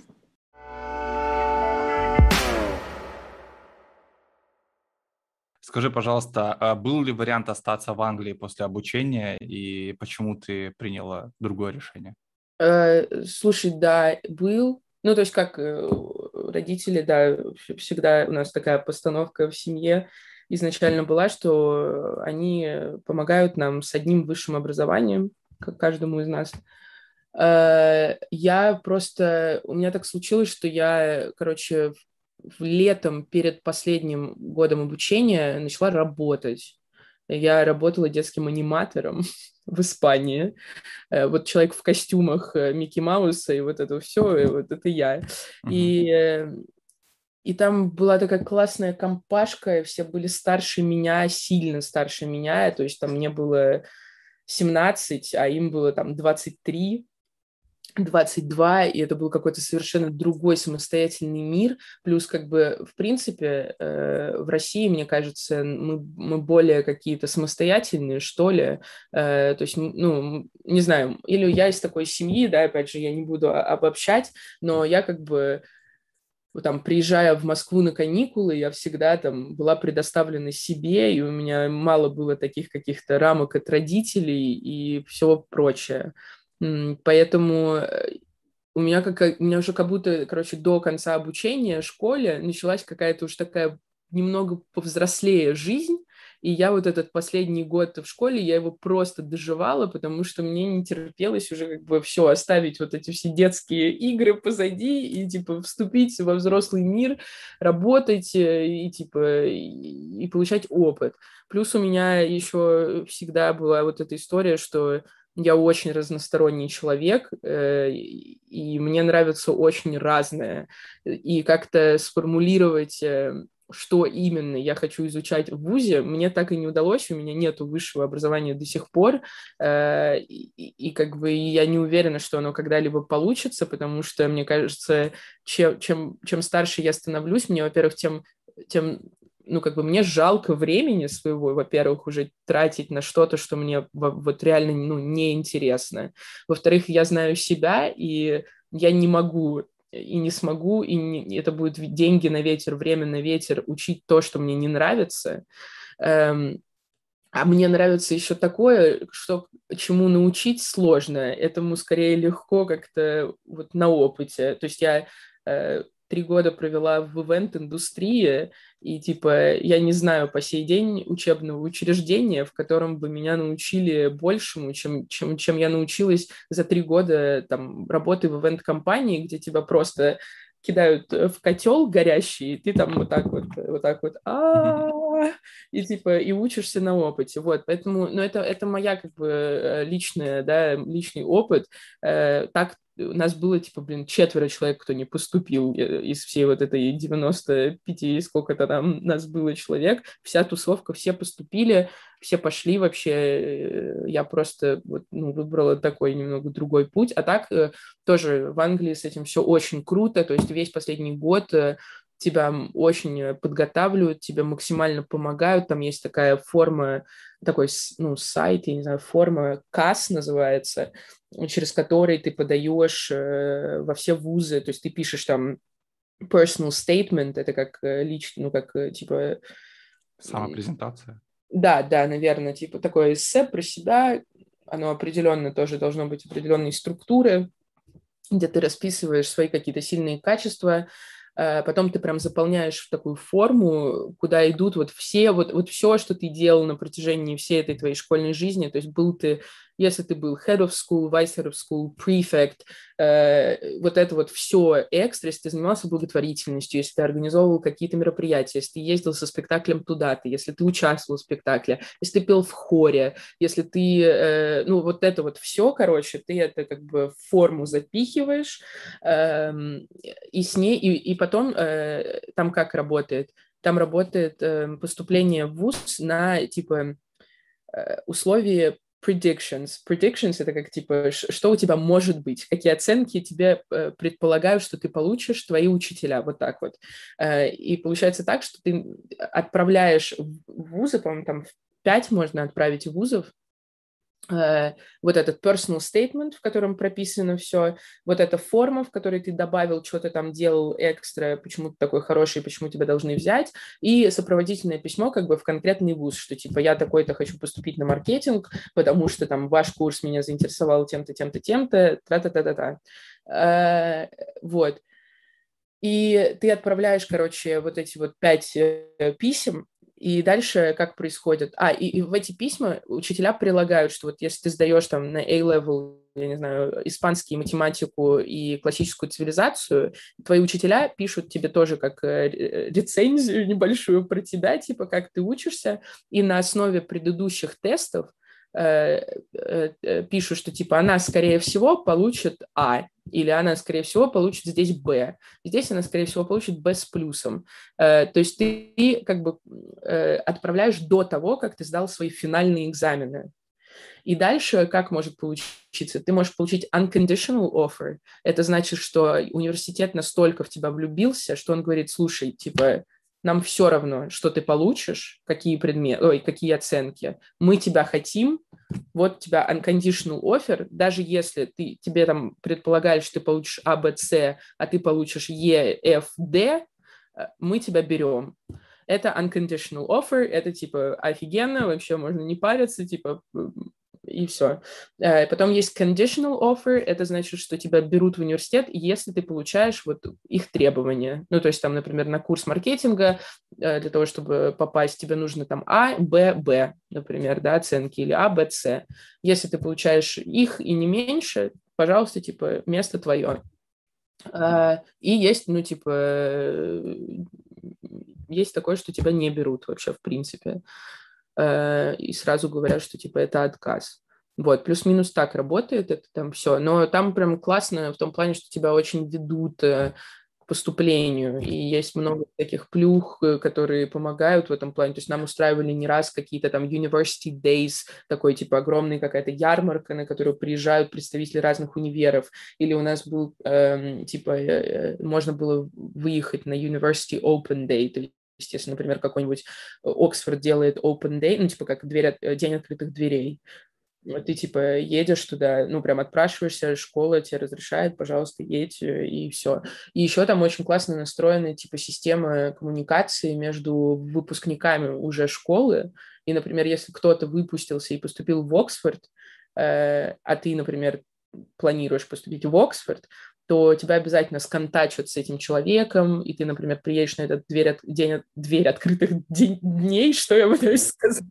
Скажи, пожалуйста, а был ли вариант остаться в Англии после обучения, и почему ты приняла другое решение? Слушай, да, был. Ну, то есть как родители, да, всегда у нас такая постановка в семье изначально была, что они помогают нам с одним высшим образованием, как каждому из нас. Я просто... У меня так случилось, что я, короче, летом перед последним годом обучения начала работать. Я работала детским аниматором в Испании. Вот человек в костюмах Микки Мауса и вот это все, и вот это я. И там была такая классная компашка, все были старше меня, сильно старше меня, то есть там мне было 17, а им было там 23, 22, и это был какой-то совершенно другой самостоятельный мир. Плюс, как бы, в принципе, в России, мне кажется, мы более какие-то самостоятельные, что ли. То есть, ну, не знаю, или я из такой семьи, да, опять же, я не буду обобщать, но я как бы там, приезжая в Москву на каникулы, я всегда там была предоставлена себе, и у меня мало было таких каких-то рамок от родителей и всего прочее. Поэтому у меня уже как будто, короче, до конца обучения в школе началась какая-то уж такая немного повзрослее жизнь, и я вот этот последний год в школе, я его просто доживала, потому что мне не терпелось уже как бы все оставить, вот эти все детские игры позади и, типа, вступить во взрослый мир, работать и, типа, и получать опыт. Плюс у меня еще всегда была вот эта история, что я очень разносторонний человек, и мне нравится очень разное. И как-то сформулировать, что именно я хочу изучать в ВУЗе, мне так и не удалось, у меня нет высшего образования до сих пор, и как бы я не уверена, что оно когда-либо получится, потому что, мне кажется, чем старше я становлюсь, мне, во-первых, тем ну, как бы мне жалко времени своего, во-первых, уже тратить на что-то, что мне вот реально, ну, неинтересно. Во-вторых, я знаю себя, и я не могу и не смогу, это будут деньги на ветер, время на ветер, учить то, что мне не нравится. А мне нравится еще такое, что чему научить сложно, этому скорее легко как-то вот на опыте. То есть я 3 года провела в ивент-индустрии, и, типа, я не знаю по сей день учебного учреждения, в котором бы меня научили большему, чем я научилась за 3 года там, работы в ивент-компании, где тебя просто кидают в котел горящий, и ты там вот так вот, и типа, и учишься на опыте, вот, поэтому, ну, это моя, как бы, личная, да, личный опыт, так у нас было, типа, 4 человек, кто не поступил из всей вот этой 95, сколько-то там нас было человек, вся тусовка, все поступили, все пошли вообще, я просто вот, ну, выбрала такой немного другой путь, а так тоже в Англии с этим все очень круто, то есть весь последний год тебя очень подготавливают, тебе максимально помогают, там есть такая форма, такой, ну, сайт, я не знаю, форма CAS называется, через который ты подаешь во все вузы, то есть ты пишешь там personal statement, это как лично, ну, как типа... Самопрезентация. Да, наверное, типа такое эссе про себя, оно определенно тоже должно быть определенной структуры, где ты расписываешь свои какие-то сильные качества, потом ты прям заполняешь в такую форму, куда идут вот все, вот все, что ты делал на протяжении всей этой твоей школьной жизни, то есть если ты был head of school, vice head of school, prefect, вот это вот все экстра, если ты занимался благотворительностью, если ты организовывал какие-то мероприятия, если ты ездил со спектаклем туда-то, если ты участвовал в спектакле, если ты пел в хоре, если ты, ну, вот это вот все, короче, ты это как бы в форму запихиваешь, и с ней, и потом там как работает? Там работает поступление в ВУЗ на, типа, условии predictions. Predictions — это как, типа, что у тебя может быть, какие оценки тебе предполагают, что ты получишь, твои учителя, вот так вот. И получается так, что ты отправляешь в вузы, по-моему, там в 5 можно отправить вузов, вот этот personal statement, в котором прописано все, вот эта форма, в которой ты добавил, что ты там делал экстра, почему ты такой хороший, почему тебя должны взять, и сопроводительное письмо как бы в конкретный вуз, что типа я такой-то хочу поступить на маркетинг, потому что там ваш курс меня заинтересовал тем-то, тем-то, тем-то, тра-та-та-та-та. Вот. И ты отправляешь, короче, вот эти вот 5 писем, и дальше как происходит? И в эти письма учителя прилагают, что вот если ты сдаешь там на A-level, я не знаю, испанский, математику и классическую цивилизацию, твои учителя пишут тебе тоже как рецензию небольшую про тебя, типа как ты учишься, и на основе предыдущих тестов пишут, что типа она, скорее всего, получит А, или она, скорее всего, получит здесь Б. Здесь она, скорее всего, получит Б с плюсом. То есть ты как бы отправляешь до того, как ты сдал свои финальные экзамены. И дальше как может получиться? Ты можешь получить unconditional offer. Это значит, что университет настолько в тебя влюбился, что он говорит, слушай, типа, нам все равно, что ты получишь, какие предметы, какие оценки. Мы тебя хотим, вот у тебя unconditional offer, даже если тебе там предполагали, что ты получишь А, Б, С, а ты получишь Е, Ф, Д, мы тебя берем. Это unconditional offer, это типа офигенно, вообще можно не париться, типа, и все. Потом есть conditional offer, это значит, что тебя берут в университет, если ты получаешь вот их требования. Ну, то есть там, например, на курс маркетинга для того, чтобы попасть, тебе нужно там А, Б, Б, например, да, оценки, или А, Б, С. Если ты получаешь их и не меньше, пожалуйста, типа, место твое. И есть, ну, типа, есть такое, что тебя не берут вообще, в принципе. И сразу говорят, что, типа, это отказ. Вот, плюс-минус так работает, это там все. Но там прям классно в том плане, что тебя очень ведут к поступлению, и есть много таких плюх, которые помогают в этом плане. То есть нам устраивали не раз какие-то там University Days, такой типа огромная какая-то ярмарка, на которую приезжают представители разных универов. Или у нас был можно было выехать на University Open Day, то есть, если, например, какой-нибудь Оксфорд делает Open Day, ну, типа, как день открытых дверей, ты, типа, едешь туда, ну, прям отпрашиваешься, школа тебе разрешает, пожалуйста, едь, и все. И еще там очень классно настроена, типа, система коммуникации между выпускниками уже школы. И, например, если кто-то выпустился и поступил в Оксфорд, а ты, например, планируешь поступить в Оксфорд, то тебя обязательно сконтачат с этим человеком, и ты, например, приедешь на этот день открытых дней, что я пытаюсь сказать,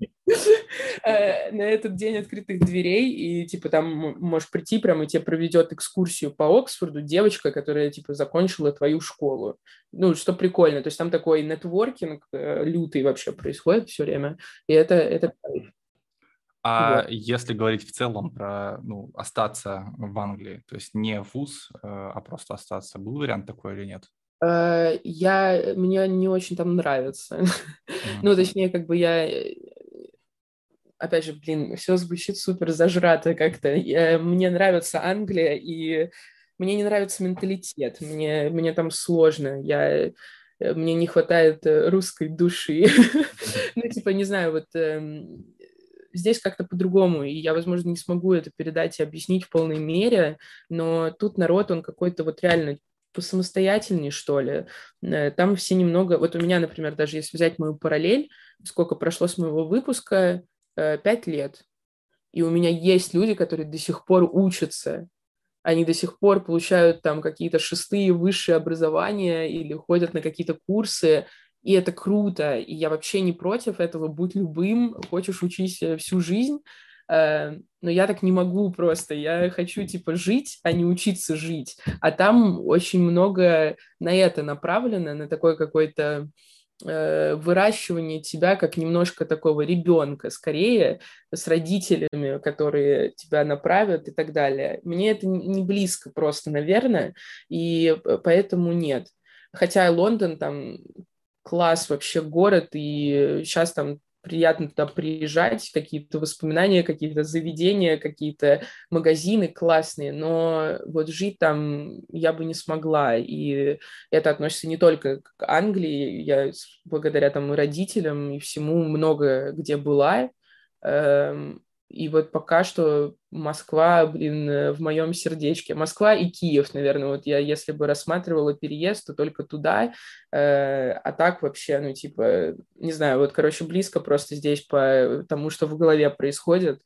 на этот день открытых дверей, и, типа, там можешь прийти прямо, и тебе проведет экскурсию по Оксфорду девочка, которая, типа, закончила твою школу. Ну, что прикольно, то есть там такой нетворкинг лютый вообще происходит все время, и это кайф. А Вот. если говорить в целом про остаться в Англии, то есть не вуз, а просто остаться, был вариант такой или нет? Мне не очень там нравится. Мгм. Ну, точнее, как бы я... Опять же, блин, все звучит супер зажрато как-то. Мне нравится Англия, и мне не нравится менталитет. Мне там сложно. Мне не хватает русской души. Ну, типа, не знаю, вот здесь как-то по-другому, и я, возможно, не смогу это передать и объяснить в полной мере, но тут народ, он какой-то вот реально посамостоятельнее, что ли. Там все немного... Вот у меня, например, даже если взять мою параллель, сколько прошло с моего выпуска, 5 лет. И у меня есть люди, которые до сих пор учатся. Они до сих пор получают там какие-то шестые высшие образования или ходят на какие-то курсы. И это круто. И я вообще не против этого. Будь любым, хочешь учись всю жизнь. Но я так не могу просто. Я хочу, типа, жить, а не учиться жить. А там очень много на это направлено, на такой какой-то выращивание тебя как немножко такого ребенка, скорее с родителями, которые тебя направят и так далее. Мне это не близко просто, наверное, и поэтому нет. Хотя Лондон там класс вообще город, и сейчас там приятно туда приезжать, какие-то воспоминания, какие-то заведения, какие-то магазины классные, но вот жить там я бы не смогла, и это относится не только к Англии, я благодаря там и родителям, и всему много где была, и вот пока что Москва, блин, в моем сердечке. Москва и Киев, наверное. Вот я, если бы рассматривала переезд, то только туда. А так вообще, ну, типа, не знаю, вот, короче, близко просто здесь по тому, что в голове происходит,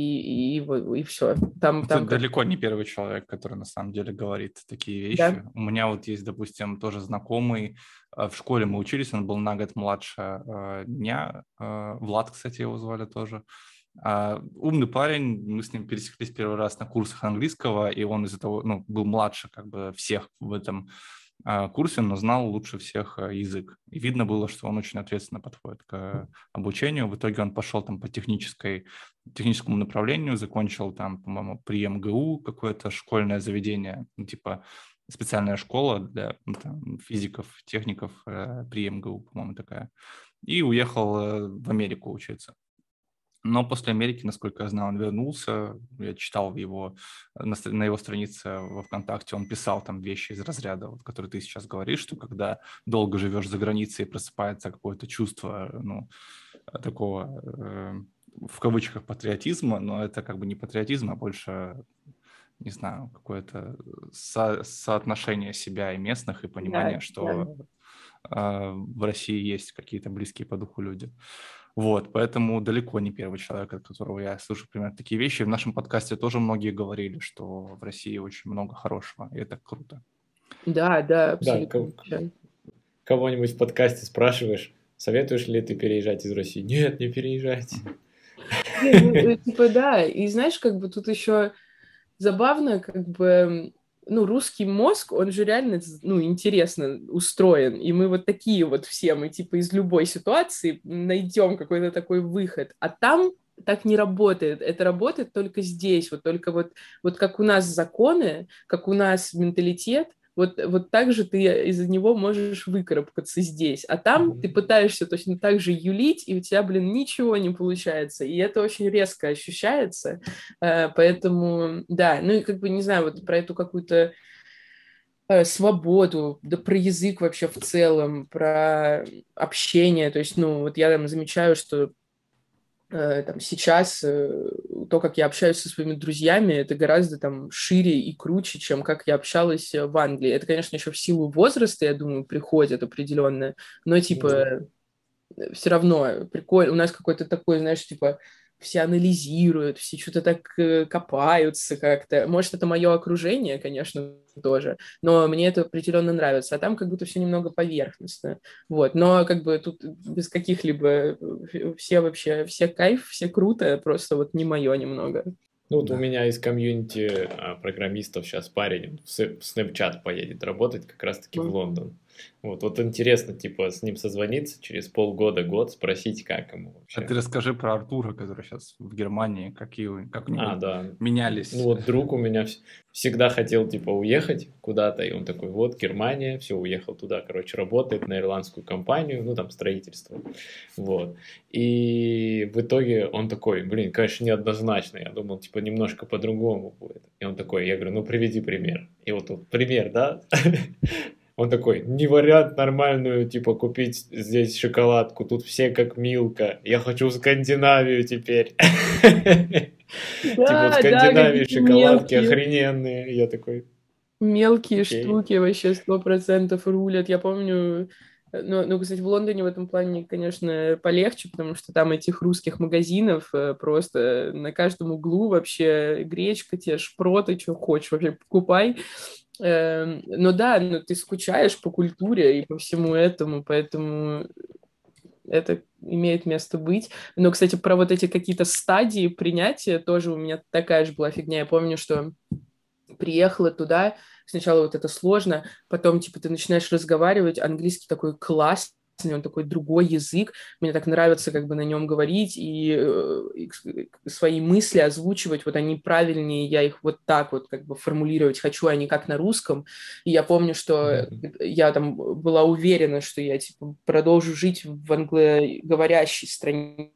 и все. Ты Там как... далеко не первый человек, который на самом деле говорит такие Да. вещи. У меня вот есть, допустим, тоже знакомый. В школе мы учились, он был на год младше меня. Влад, кстати, его звали тоже. Умный парень, мы с ним пересеклись первый раз на курсах английского, и он из-за того, был младше как бы всех в этом курсе, но знал лучше всех язык. И видно было, что он очень ответственно подходит к обучению. В итоге он пошел там по техническому направлению, закончил там, по-моему, при МГУ какое-то школьное заведение, типа специальная школа для там, физиков, техников при МГУ, по-моему, такая. И уехал в Америку учиться. Но после Америки, насколько я знаю, он вернулся. Я читал на его странице во ВКонтакте, он писал там вещи из разряда, вот, которые ты сейчас говоришь, что когда долго живешь за границей, просыпается какое-то чувство, такого, в кавычках, патриотизма, но это как бы не патриотизм, а больше, не знаю, какое-то соотношение себя и местных, и Да, понимание, да. что в России есть какие-то близкие по духу люди. Вот, поэтому далеко не первый человек, от которого я слышу примерно такие вещи. В нашем подкасте тоже многие говорили, что в России очень много хорошего, и это круто. Да, да, Да, абсолютно. кого-нибудь в подкасте спрашиваешь, советуешь ли ты переезжать из России? Нет, не переезжайте. Типа, да, и знаешь, как бы тут еще забавно, как бы, ну, русский мозг, он же реально, ну, интересно устроен, и мы вот такие вот все, мы типа из любой ситуации найдем какой-то такой выход, а там так не работает, это работает только здесь, вот только вот как у нас законы, как у нас менталитет, вот так же ты из-за него можешь выкарабкаться здесь. А там ты пытаешься точно так же юлить, и у тебя, блин, ничего не получается. И это очень резко ощущается. Поэтому, да, ну и как бы, не знаю, вот про эту какую-то свободу, да про язык вообще в целом, про общение. То есть, ну, вот я там замечаю, что там, сейчас то, как я общаюсь со своими друзьями, это гораздо там шире и круче, чем как я общалась в Англии. Это, конечно, еще в силу возраста, я думаю, приходит определенно, но типа все равно прикольно. У нас какой-то такой, знаешь, типа все анализируют, все что-то так копаются как-то. Может, это мое окружение, конечно, тоже, но мне это определенно нравится. А там как будто все немного поверхностно. Вот. Но как бы тут без каких-либо... Все вообще, все кайф, все круто, просто вот не мое немного. Ну, вот у меня из комьюнити программистов сейчас парень в Snapchat поедет работать как раз-таки в Лондон. Вот интересно, типа, с ним созвониться через полгода, год, спросить, как ему вообще. А ты расскажи про Артура, который сейчас в Германии, как у него да. менялись. Ну, вот друг у меня всегда хотел, типа, уехать куда-то, и он такой, вот, Германия, все, уехал туда, короче, работает на ирландскую компанию, ну, там, строительство, вот. И в итоге он такой, блин, конечно, неоднозначно, я думал, типа, немножко по-другому будет. И он такой, я говорю, ну, приведи пример. И вот тут пример, да? Он такой, не вариант нормальную, типа, купить здесь шоколадку, тут все как Милка, я хочу в Скандинавию теперь. Типа, в Скандинавии шоколадки охрененные, я такой... Мелкие штуки вообще 100% рулят. Я помню, ну, кстати, в Лондоне в этом плане, конечно, полегче, потому что там этих русских магазинов просто на каждом углу вообще гречка, те шпроты, что хочешь, вообще покупай. Но да, ты скучаешь по культуре и по всему этому, поэтому это имеет место быть. Но, кстати, про вот эти какие-то стадии принятия тоже у меня такая же была фигня. Я помню, что приехала туда, сначала вот это сложно, потом, типа, ты начинаешь разговаривать, английский такой классный, он такой другой язык, мне так нравится как бы на нем говорить и свои мысли озвучивать, вот они правильнее, я их вот так вот как бы формулировать хочу, а не как на русском. И я помню, что я там была уверена, что я, типа, продолжу жить в англоговорящей стране,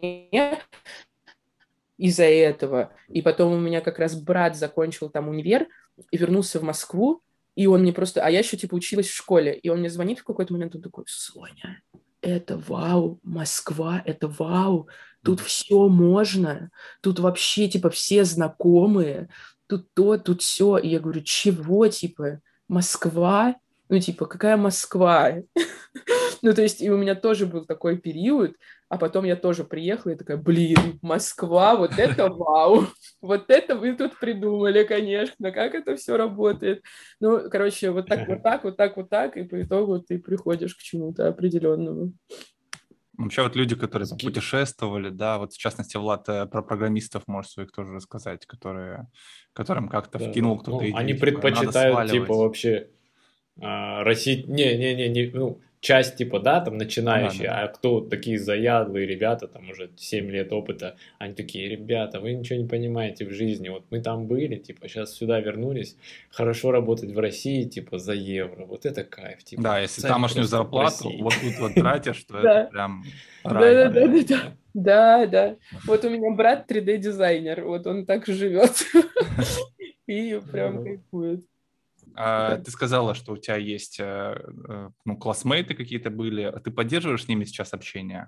из-за этого. И потом у меня как раз брат закончил там универ и вернулся в Москву, и он мне просто... А я еще, типа, училась в школе, и он мне звонит в какой-то момент, он такой, Соня, это вау, Москва, это вау, тут все можно, тут вообще, типа, все знакомые, тут то, тут все. И я говорю, чего, типа, Москва? Ну, типа, какая Москва? Ну, то есть, и у меня тоже был такой период, а потом я тоже приехала и такая, блин, Москва, вот это вау, вот это вы тут придумали, конечно, как это все работает. Ну, короче, вот так, вот так, вот так, вот так, и по итогу ты приходишь к чему-то определенному. Вообще вот люди, которые путешествовали, да, вот в частности, Влад, про программистов можешь своих тоже рассказать, которым как-то вкинул кто-то идею. Они предпочитают, типа, вообще Россия, ну, часть, типа, да, там, начинающие, а кто такие заядлые ребята, там, уже 7 лет опыта, они такие, ребята, вы ничего не понимаете в жизни, вот мы там были, типа, сейчас сюда вернулись, хорошо работать в России, типа, за евро, вот это кайф, типа. Да, если тамошнюю зарплату вот тут вот тратишь, то это прям рай. Да. Вот у меня брат 3D-дизайнер, вот он так живет и прям кайфует. Ты сказала, что у тебя есть классмейты какие-то были. А ты поддерживаешь с ними сейчас общение?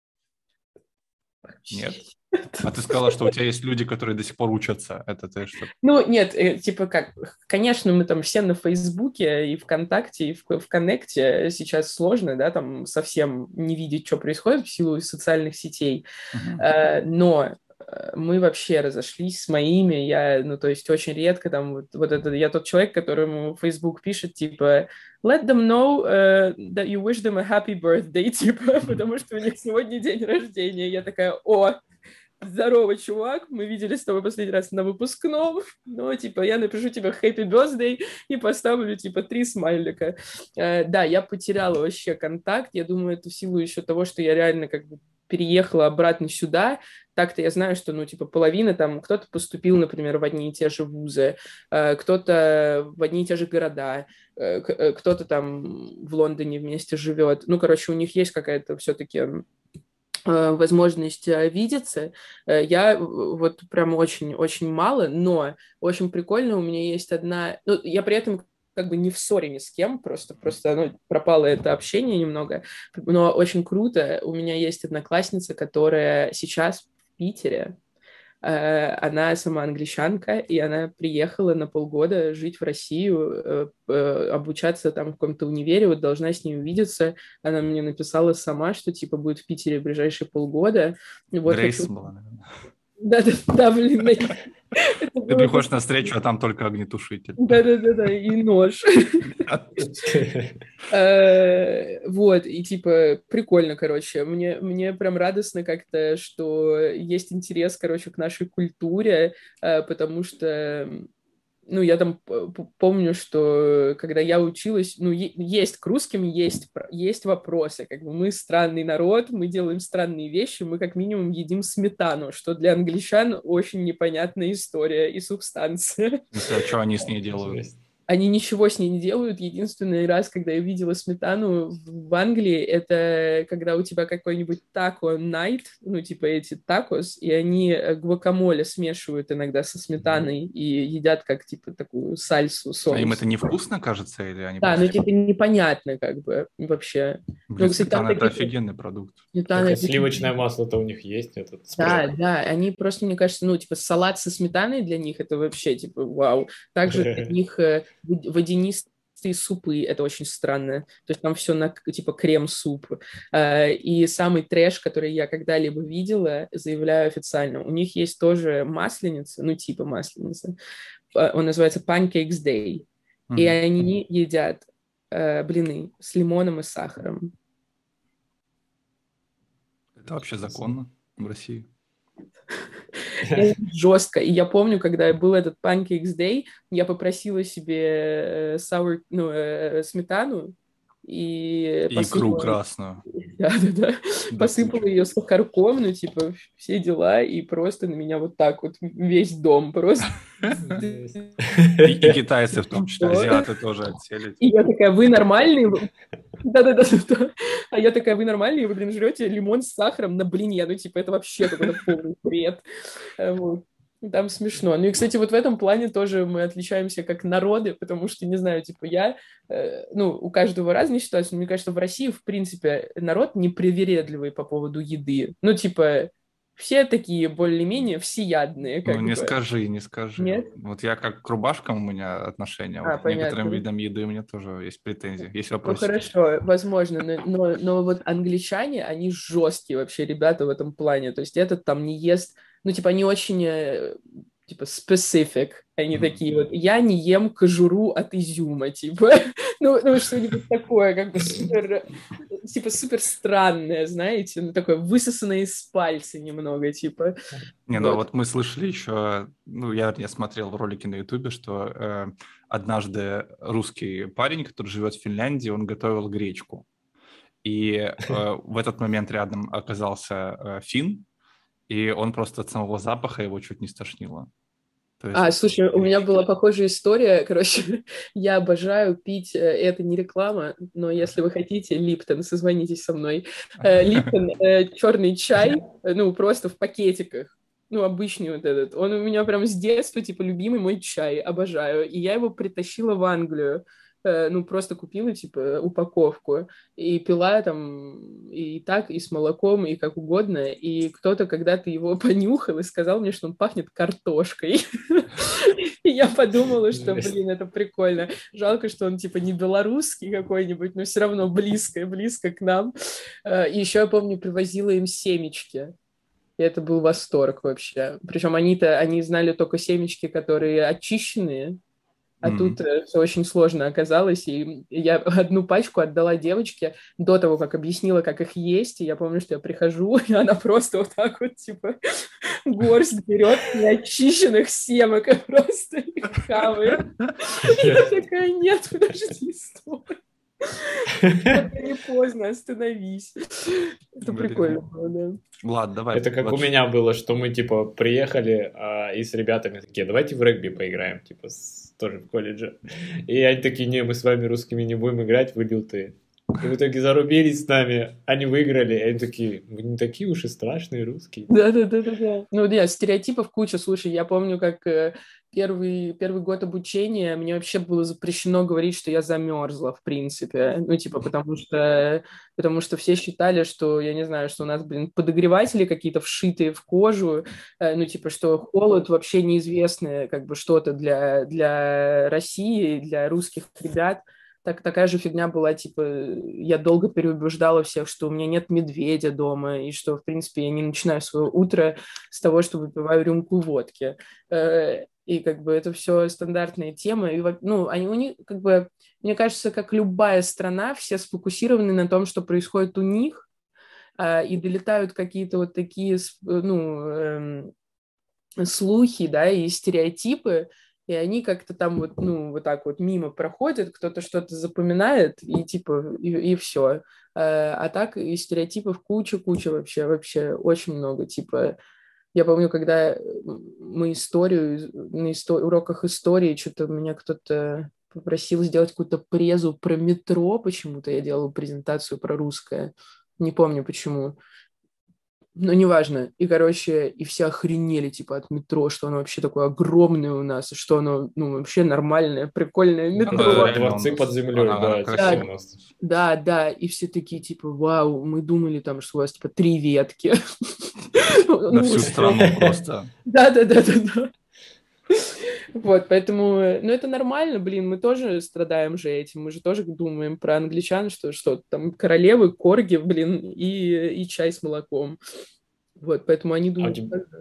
Нет? А ты сказала, что у тебя есть люди, которые до сих пор учатся. Это ты что? Ну, нет, типа как, конечно, мы там все на Фейсбуке и ВКонтакте, и в Коннекте. Сейчас сложно, да, там совсем не видеть, что происходит в силу социальных сетей. Но мы вообще разошлись с моими, ну, то есть очень редко там вот это, я тот человек, которому Facebook пишет, типа, let them know that you wish them a happy birthday, типа, потому что у них сегодня день рождения. Я такая, здорово, чувак, мы виделись с тобой последний раз на выпускном, но, типа, я напишу тебе happy birthday и поставлю, типа, 3 смайлика. Да, я потеряла вообще контакт, я думаю, это в силу еще того, что я реально как бы переехала обратно сюда, так-то я знаю, что, ну, типа, половина там, кто-то поступил, например, в одни и те же вузы, кто-то в одни и те же города, кто-то там в Лондоне вместе живет. Ну, короче, у них есть какая-то все-таки возможность видеться. Я вот прям очень-очень мало, но очень прикольно, у меня есть одна... Ну, я при этом как бы не в ссоре ни с кем, просто пропало это общение немного, но очень круто. У меня есть одноклассница, которая сейчас в Питере, Она сама англичанка, и она приехала на полгода жить в Россию, обучаться там в каком-то универе, вот должна с ней увидеться. Она мне написала сама, что типа будет в Питере в ближайшие полгода. Вот Грейс хочу... была, наверное. Да, блин, Ты приходишь на встречу, а там только огнетушитель. Да, и нож. Вот, и типа прикольно, короче. Мне прям радостно как-то, что есть интерес, короче, к нашей культуре, потому что, ну, я там помню, что когда я училась, ну, есть к русским есть вопросы, как бы мы странный народ, мы делаем странные вещи, мы как минимум едим сметану, что для англичан очень непонятная история и субстанция. В смысле, а что они с ней делают? Они ничего с ней не делают. Единственный раз, когда я видела сметану в Англии, это когда у тебя какой-нибудь тако найт, ну, типа эти такос, и они гвакамоле смешивают иногда со сметаной и едят как, типа, такую сальсу, соус. А им это невкусно, кажется, или они Да, просто... ну, типа, непонятно, как бы, вообще. Блин, Ну, кстати, там сметана — это такие... офигенный продукт. Так, сливочное масло-то у них есть, этот спред. Да, они просто, мне кажется, ну, типа, салат со сметаной для них это вообще, типа, вау. Также для них водянистые супы, это очень странно. То есть там все на, типа, крем-суп. И самый трэш, который я когда-либо видела, заявляю официально, у них есть тоже масленица, ну, типа масленица. Он называется Pancakes Day. И они едят блины с лимоном и сахаром. Это вообще законно в России? Жестко. И я помню, когда был этот Pancakes Day, я попросила себе сметану и икру красную. Да. Посыпала ее сахарком, ну, типа, все дела, и просто на меня вот так вот весь дом просто. И китайцы в том числе, азиаты тоже отсели. И я такая, вы нормальные? Да. А я такая, вы нормальные? Вы, блин, жрете лимон с сахаром на блине? Ну, типа, это вообще какой-то полный бред. Вот. Там смешно. Ну и, кстати, вот в этом плане тоже мы отличаемся как народы, потому что, не знаю, типа у каждого разные ситуации, но мне кажется, в России, в принципе, народ непривередливый по поводу еды. Ну, типа, все такие более-менее всеядные. Ну, не скажи. Нет? Вот я как к рубашкам у меня отношения, вот к некоторым видам еды у меня тоже есть претензии, есть вопросы. Ну, хорошо, возможно, но вот англичане, они жесткие вообще ребята в этом плане, то есть этот там не ест, ну, типа, они очень, типа, specific, они такие вот, я не ем кожуру от изюма, типа, ну что-нибудь такое, как бы супер, типа, супер странное, знаете, ну, такое высосанное из пальца немного, типа. Не, ну вот мы слышали еще, ну, я смотрел ролики на Ютубе, что однажды русский парень, который живет в Финляндии, он готовил гречку. И в этот момент рядом оказался финн, и он просто от самого запаха его чуть не стошнило. Слушай, у меня была похожая история, короче, я обожаю пить, это не реклама, но если вы хотите, Липтон, созвонитесь со мной. Липтон, черный чай, ну, просто в пакетиках, ну, обычный вот этот. Он у меня прям с детства, типа, любимый мой чай, обожаю. И я его притащила в Англию. Ну, просто купила, типа, упаковку и пила там и так, и с молоком, и как угодно. И кто-то когда-то его понюхал и сказал мне, что он пахнет картошкой. И я подумала, что, блин, это прикольно. Жалко, что он, типа, не белорусский какой-нибудь, но все равно близко к нам. И еще я помню, привозила им семечки. И это был восторг вообще. Причем они знали только семечки, которые очищенные, а тут все очень сложно оказалось, и я одну пачку отдала девочке до того, как объяснила, как их есть, и я помню, что я прихожу, и она просто вот так вот, типа, горсть берет неочищенных семок и просто их хавает. Я такая, нет, подожди, стой. Пока не поздно, остановись. Это прикольно было, да. Ладно, давай. Это как у меня было, что мы, типа, приехали и с ребятами такие, давайте в регби поиграем, типа, тоже в колледже. И они такие, не, мы с вами русскими не будем играть, вы лютые. И в итоге зарубились с нами, они выиграли, и они такие, вы не такие уж и страшные русские. Да. Ну, нет, стереотипов куча. Слушай, я помню, как первый год обучения мне вообще было запрещено говорить, что я замерзла, в принципе. Ну, типа, потому что все считали, что, я не знаю, что у нас, подогреватели какие-то вшитые в кожу, ну, типа, что холод вообще неизвестное, как бы, что-то для России, для русских ребят. Такая же фигня была, типа, я долго переубеждала всех, что у меня нет медведя дома, и что, в принципе, я не начинаю свое утро с того, что выпиваю рюмку водки. И как бы это все стандартные темы. И, ну, они у них, как бы, мне кажется, как любая страна, все сфокусированы на том, что происходит у них, и долетают какие-то вот такие, ну, слухи, да, и стереотипы, и они как-то там вот, ну, вот так вот мимо проходят, кто-то что-то запоминает, и типа, и все. А так и стереотипов куча вообще очень много. Типа, я помню, когда мы на уроках истории, что-то меня кто-то попросил сделать какую-то презу про метро, почему-то я делала презентацию про русское. Не помню почему. Ну, неважно. И, короче, и все охренели, типа, от метро, что оно вообще такое огромное у нас, и что оно, ну, вообще нормальное, прикольное метро. Да, Дворцы под землей, да, красиво. у нас. Да, и все такие, типа, вау, мы думали там, что у вас, типа, 3 ветки. На всю страну просто. Да. Вот, поэтому, ну, это нормально, блин, мы тоже страдаем же этим, мы же тоже думаем про англичан, что там королевы, корги, блин, и чай с молоком. Вот, поэтому они думают...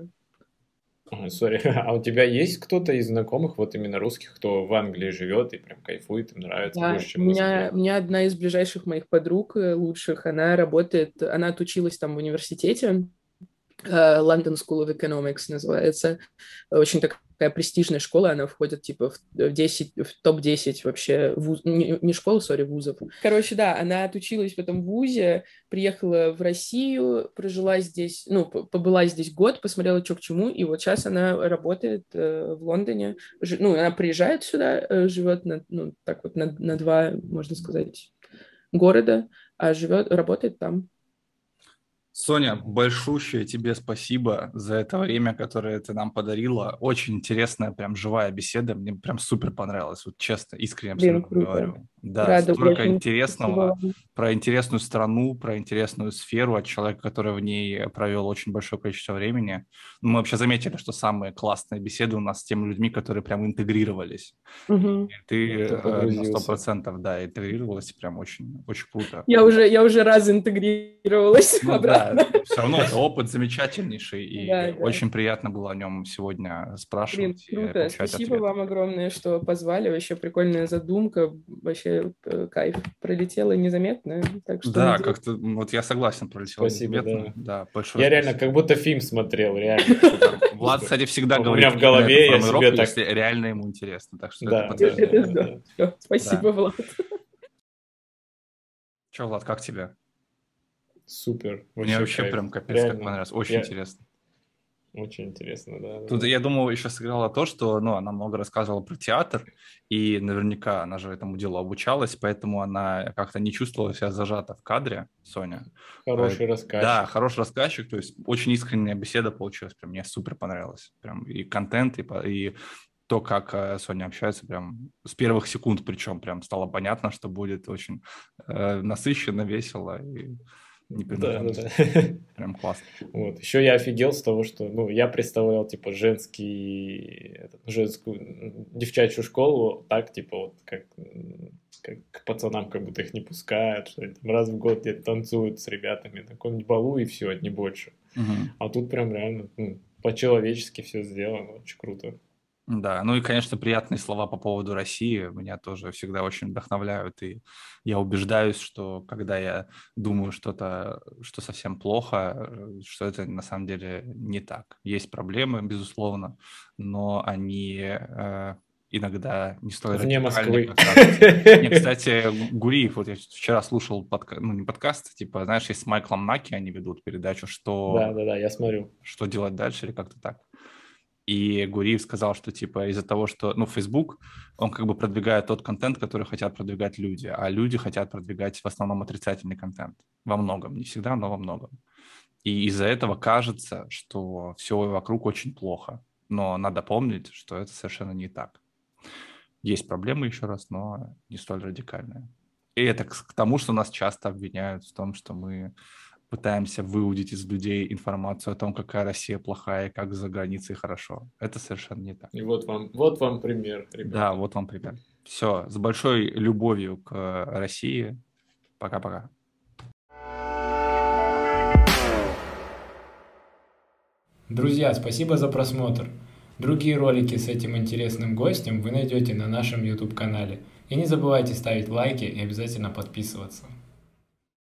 Сори, а у тебя есть кто-то из знакомых, вот именно русских, кто в Англии живет и прям кайфует, им нравится Да, больше, чем в Москве? у меня одна из ближайших моих подруг лучших, она работает, она отучилась там в университете, London School of Economics называется. Очень такая престижная школа, она входит типа в 10, в топ-10 вообще, не школы, сори, вузов. Короче, да, она отучилась в этом вузе, приехала в Россию, прожила здесь, ну, побыла здесь год, посмотрела, что к чему, и вот сейчас она работает в Лондоне. Ну, она приезжает сюда, живет ну, так вот на два, можно сказать, города, а работает там. Соня, большущее тебе спасибо за это время, которое ты нам подарила. Очень интересная, прям живая беседа. Мне прям супер понравилось. Вот честно, искренне абсолютно говорю. Да, Рада, столько очень интересного спасибо. про интересную страну, про интересную сферу от человека, который в ней провел очень большое количество времени. Мы вообще заметили, что самые классные беседы у нас с теми людьми, которые прям интегрировались. Угу. Ты на 100%, да, интегрировалась, прям очень, очень круто. Я уже раз интегрировалась обратно. Да, все равно это опыт замечательнейший, и Да. очень приятно было о нем сегодня спрашивать. Блин, круто. Спасибо вам огромное, что позвали. Вообще прикольная задумка. Вообще кайф. Пролетела незаметно. Так что да, как-то, вот я согласен, пролетел незаметно. Да, большое я реально как будто фильм смотрел, реально. Влад, кстати, всегда у говорит, меня в голове я себе так... если реально ему интересно. Так что да, это подтверждение. Все, спасибо, Влад. Че, Влад, как тебе? Супер. Мне вообще кайф. прям капец реально. как понравилось. Очень интересно. Очень интересно, да. Тут, я думаю, еще сыграло то, что, ну, она много рассказывала про театр, и наверняка она же этому делу обучалась, поэтому она как-то не чувствовала себя зажата в кадре, Соня. Хороший рассказчик. Да, хороший рассказчик, то есть очень искренняя беседа получилась, прям мне супер понравилось. Прям и контент, и то, как Соня общается, прям с первых секунд, причем прям стало понятно, что будет очень насыщенно, весело и непринужденно. Да. Прям классно. Вот. Еще я офигел с того, что, ну, я представлял, типа, женскую девчачью школу, так, типа, вот, как к пацанам как будто их не пускают, что они там раз в год где-то танцуют с ребятами на каком-нибудь балу, и все, не больше. А тут прям реально, по-человечески все сделано, очень круто. Да, ну и, конечно, приятные слова по поводу России меня тоже всегда очень вдохновляют, и я убеждаюсь, что когда я думаю что-то, что совсем плохо, что это на самом деле не так. Есть проблемы, безусловно, но они иногда не столь вне радикальны, Москвы. Мне, кстати, Гуриев, вот я вчера слушал не подкаст, типа, знаешь, есть с Майклом Наки, они ведут передачу, Да, я смотрю. что делать дальше или как-то так. И Гуриев сказал, что типа из-за того, что, ну, Facebook, он как бы продвигает тот контент, который хотят продвигать люди, а люди хотят продвигать в основном отрицательный контент. Во многом, не всегда, но во многом. И из-за этого кажется, что все вокруг очень плохо. Но надо помнить, что это совершенно не так. Есть проблемы, еще раз, но не столь радикальные. И это к тому, что нас часто обвиняют в том, что мы пытаемся выудить из людей информацию о том, какая Россия плохая и как за границей хорошо. Это совершенно не так. И вот вам пример, ребята. Да, вот вам пример. Все, с большой любовью к России. Пока-пока. Друзья, спасибо за просмотр. Другие ролики с этим интересным гостем вы найдете на нашем YouTube-канале. И не забывайте ставить лайки и обязательно подписываться.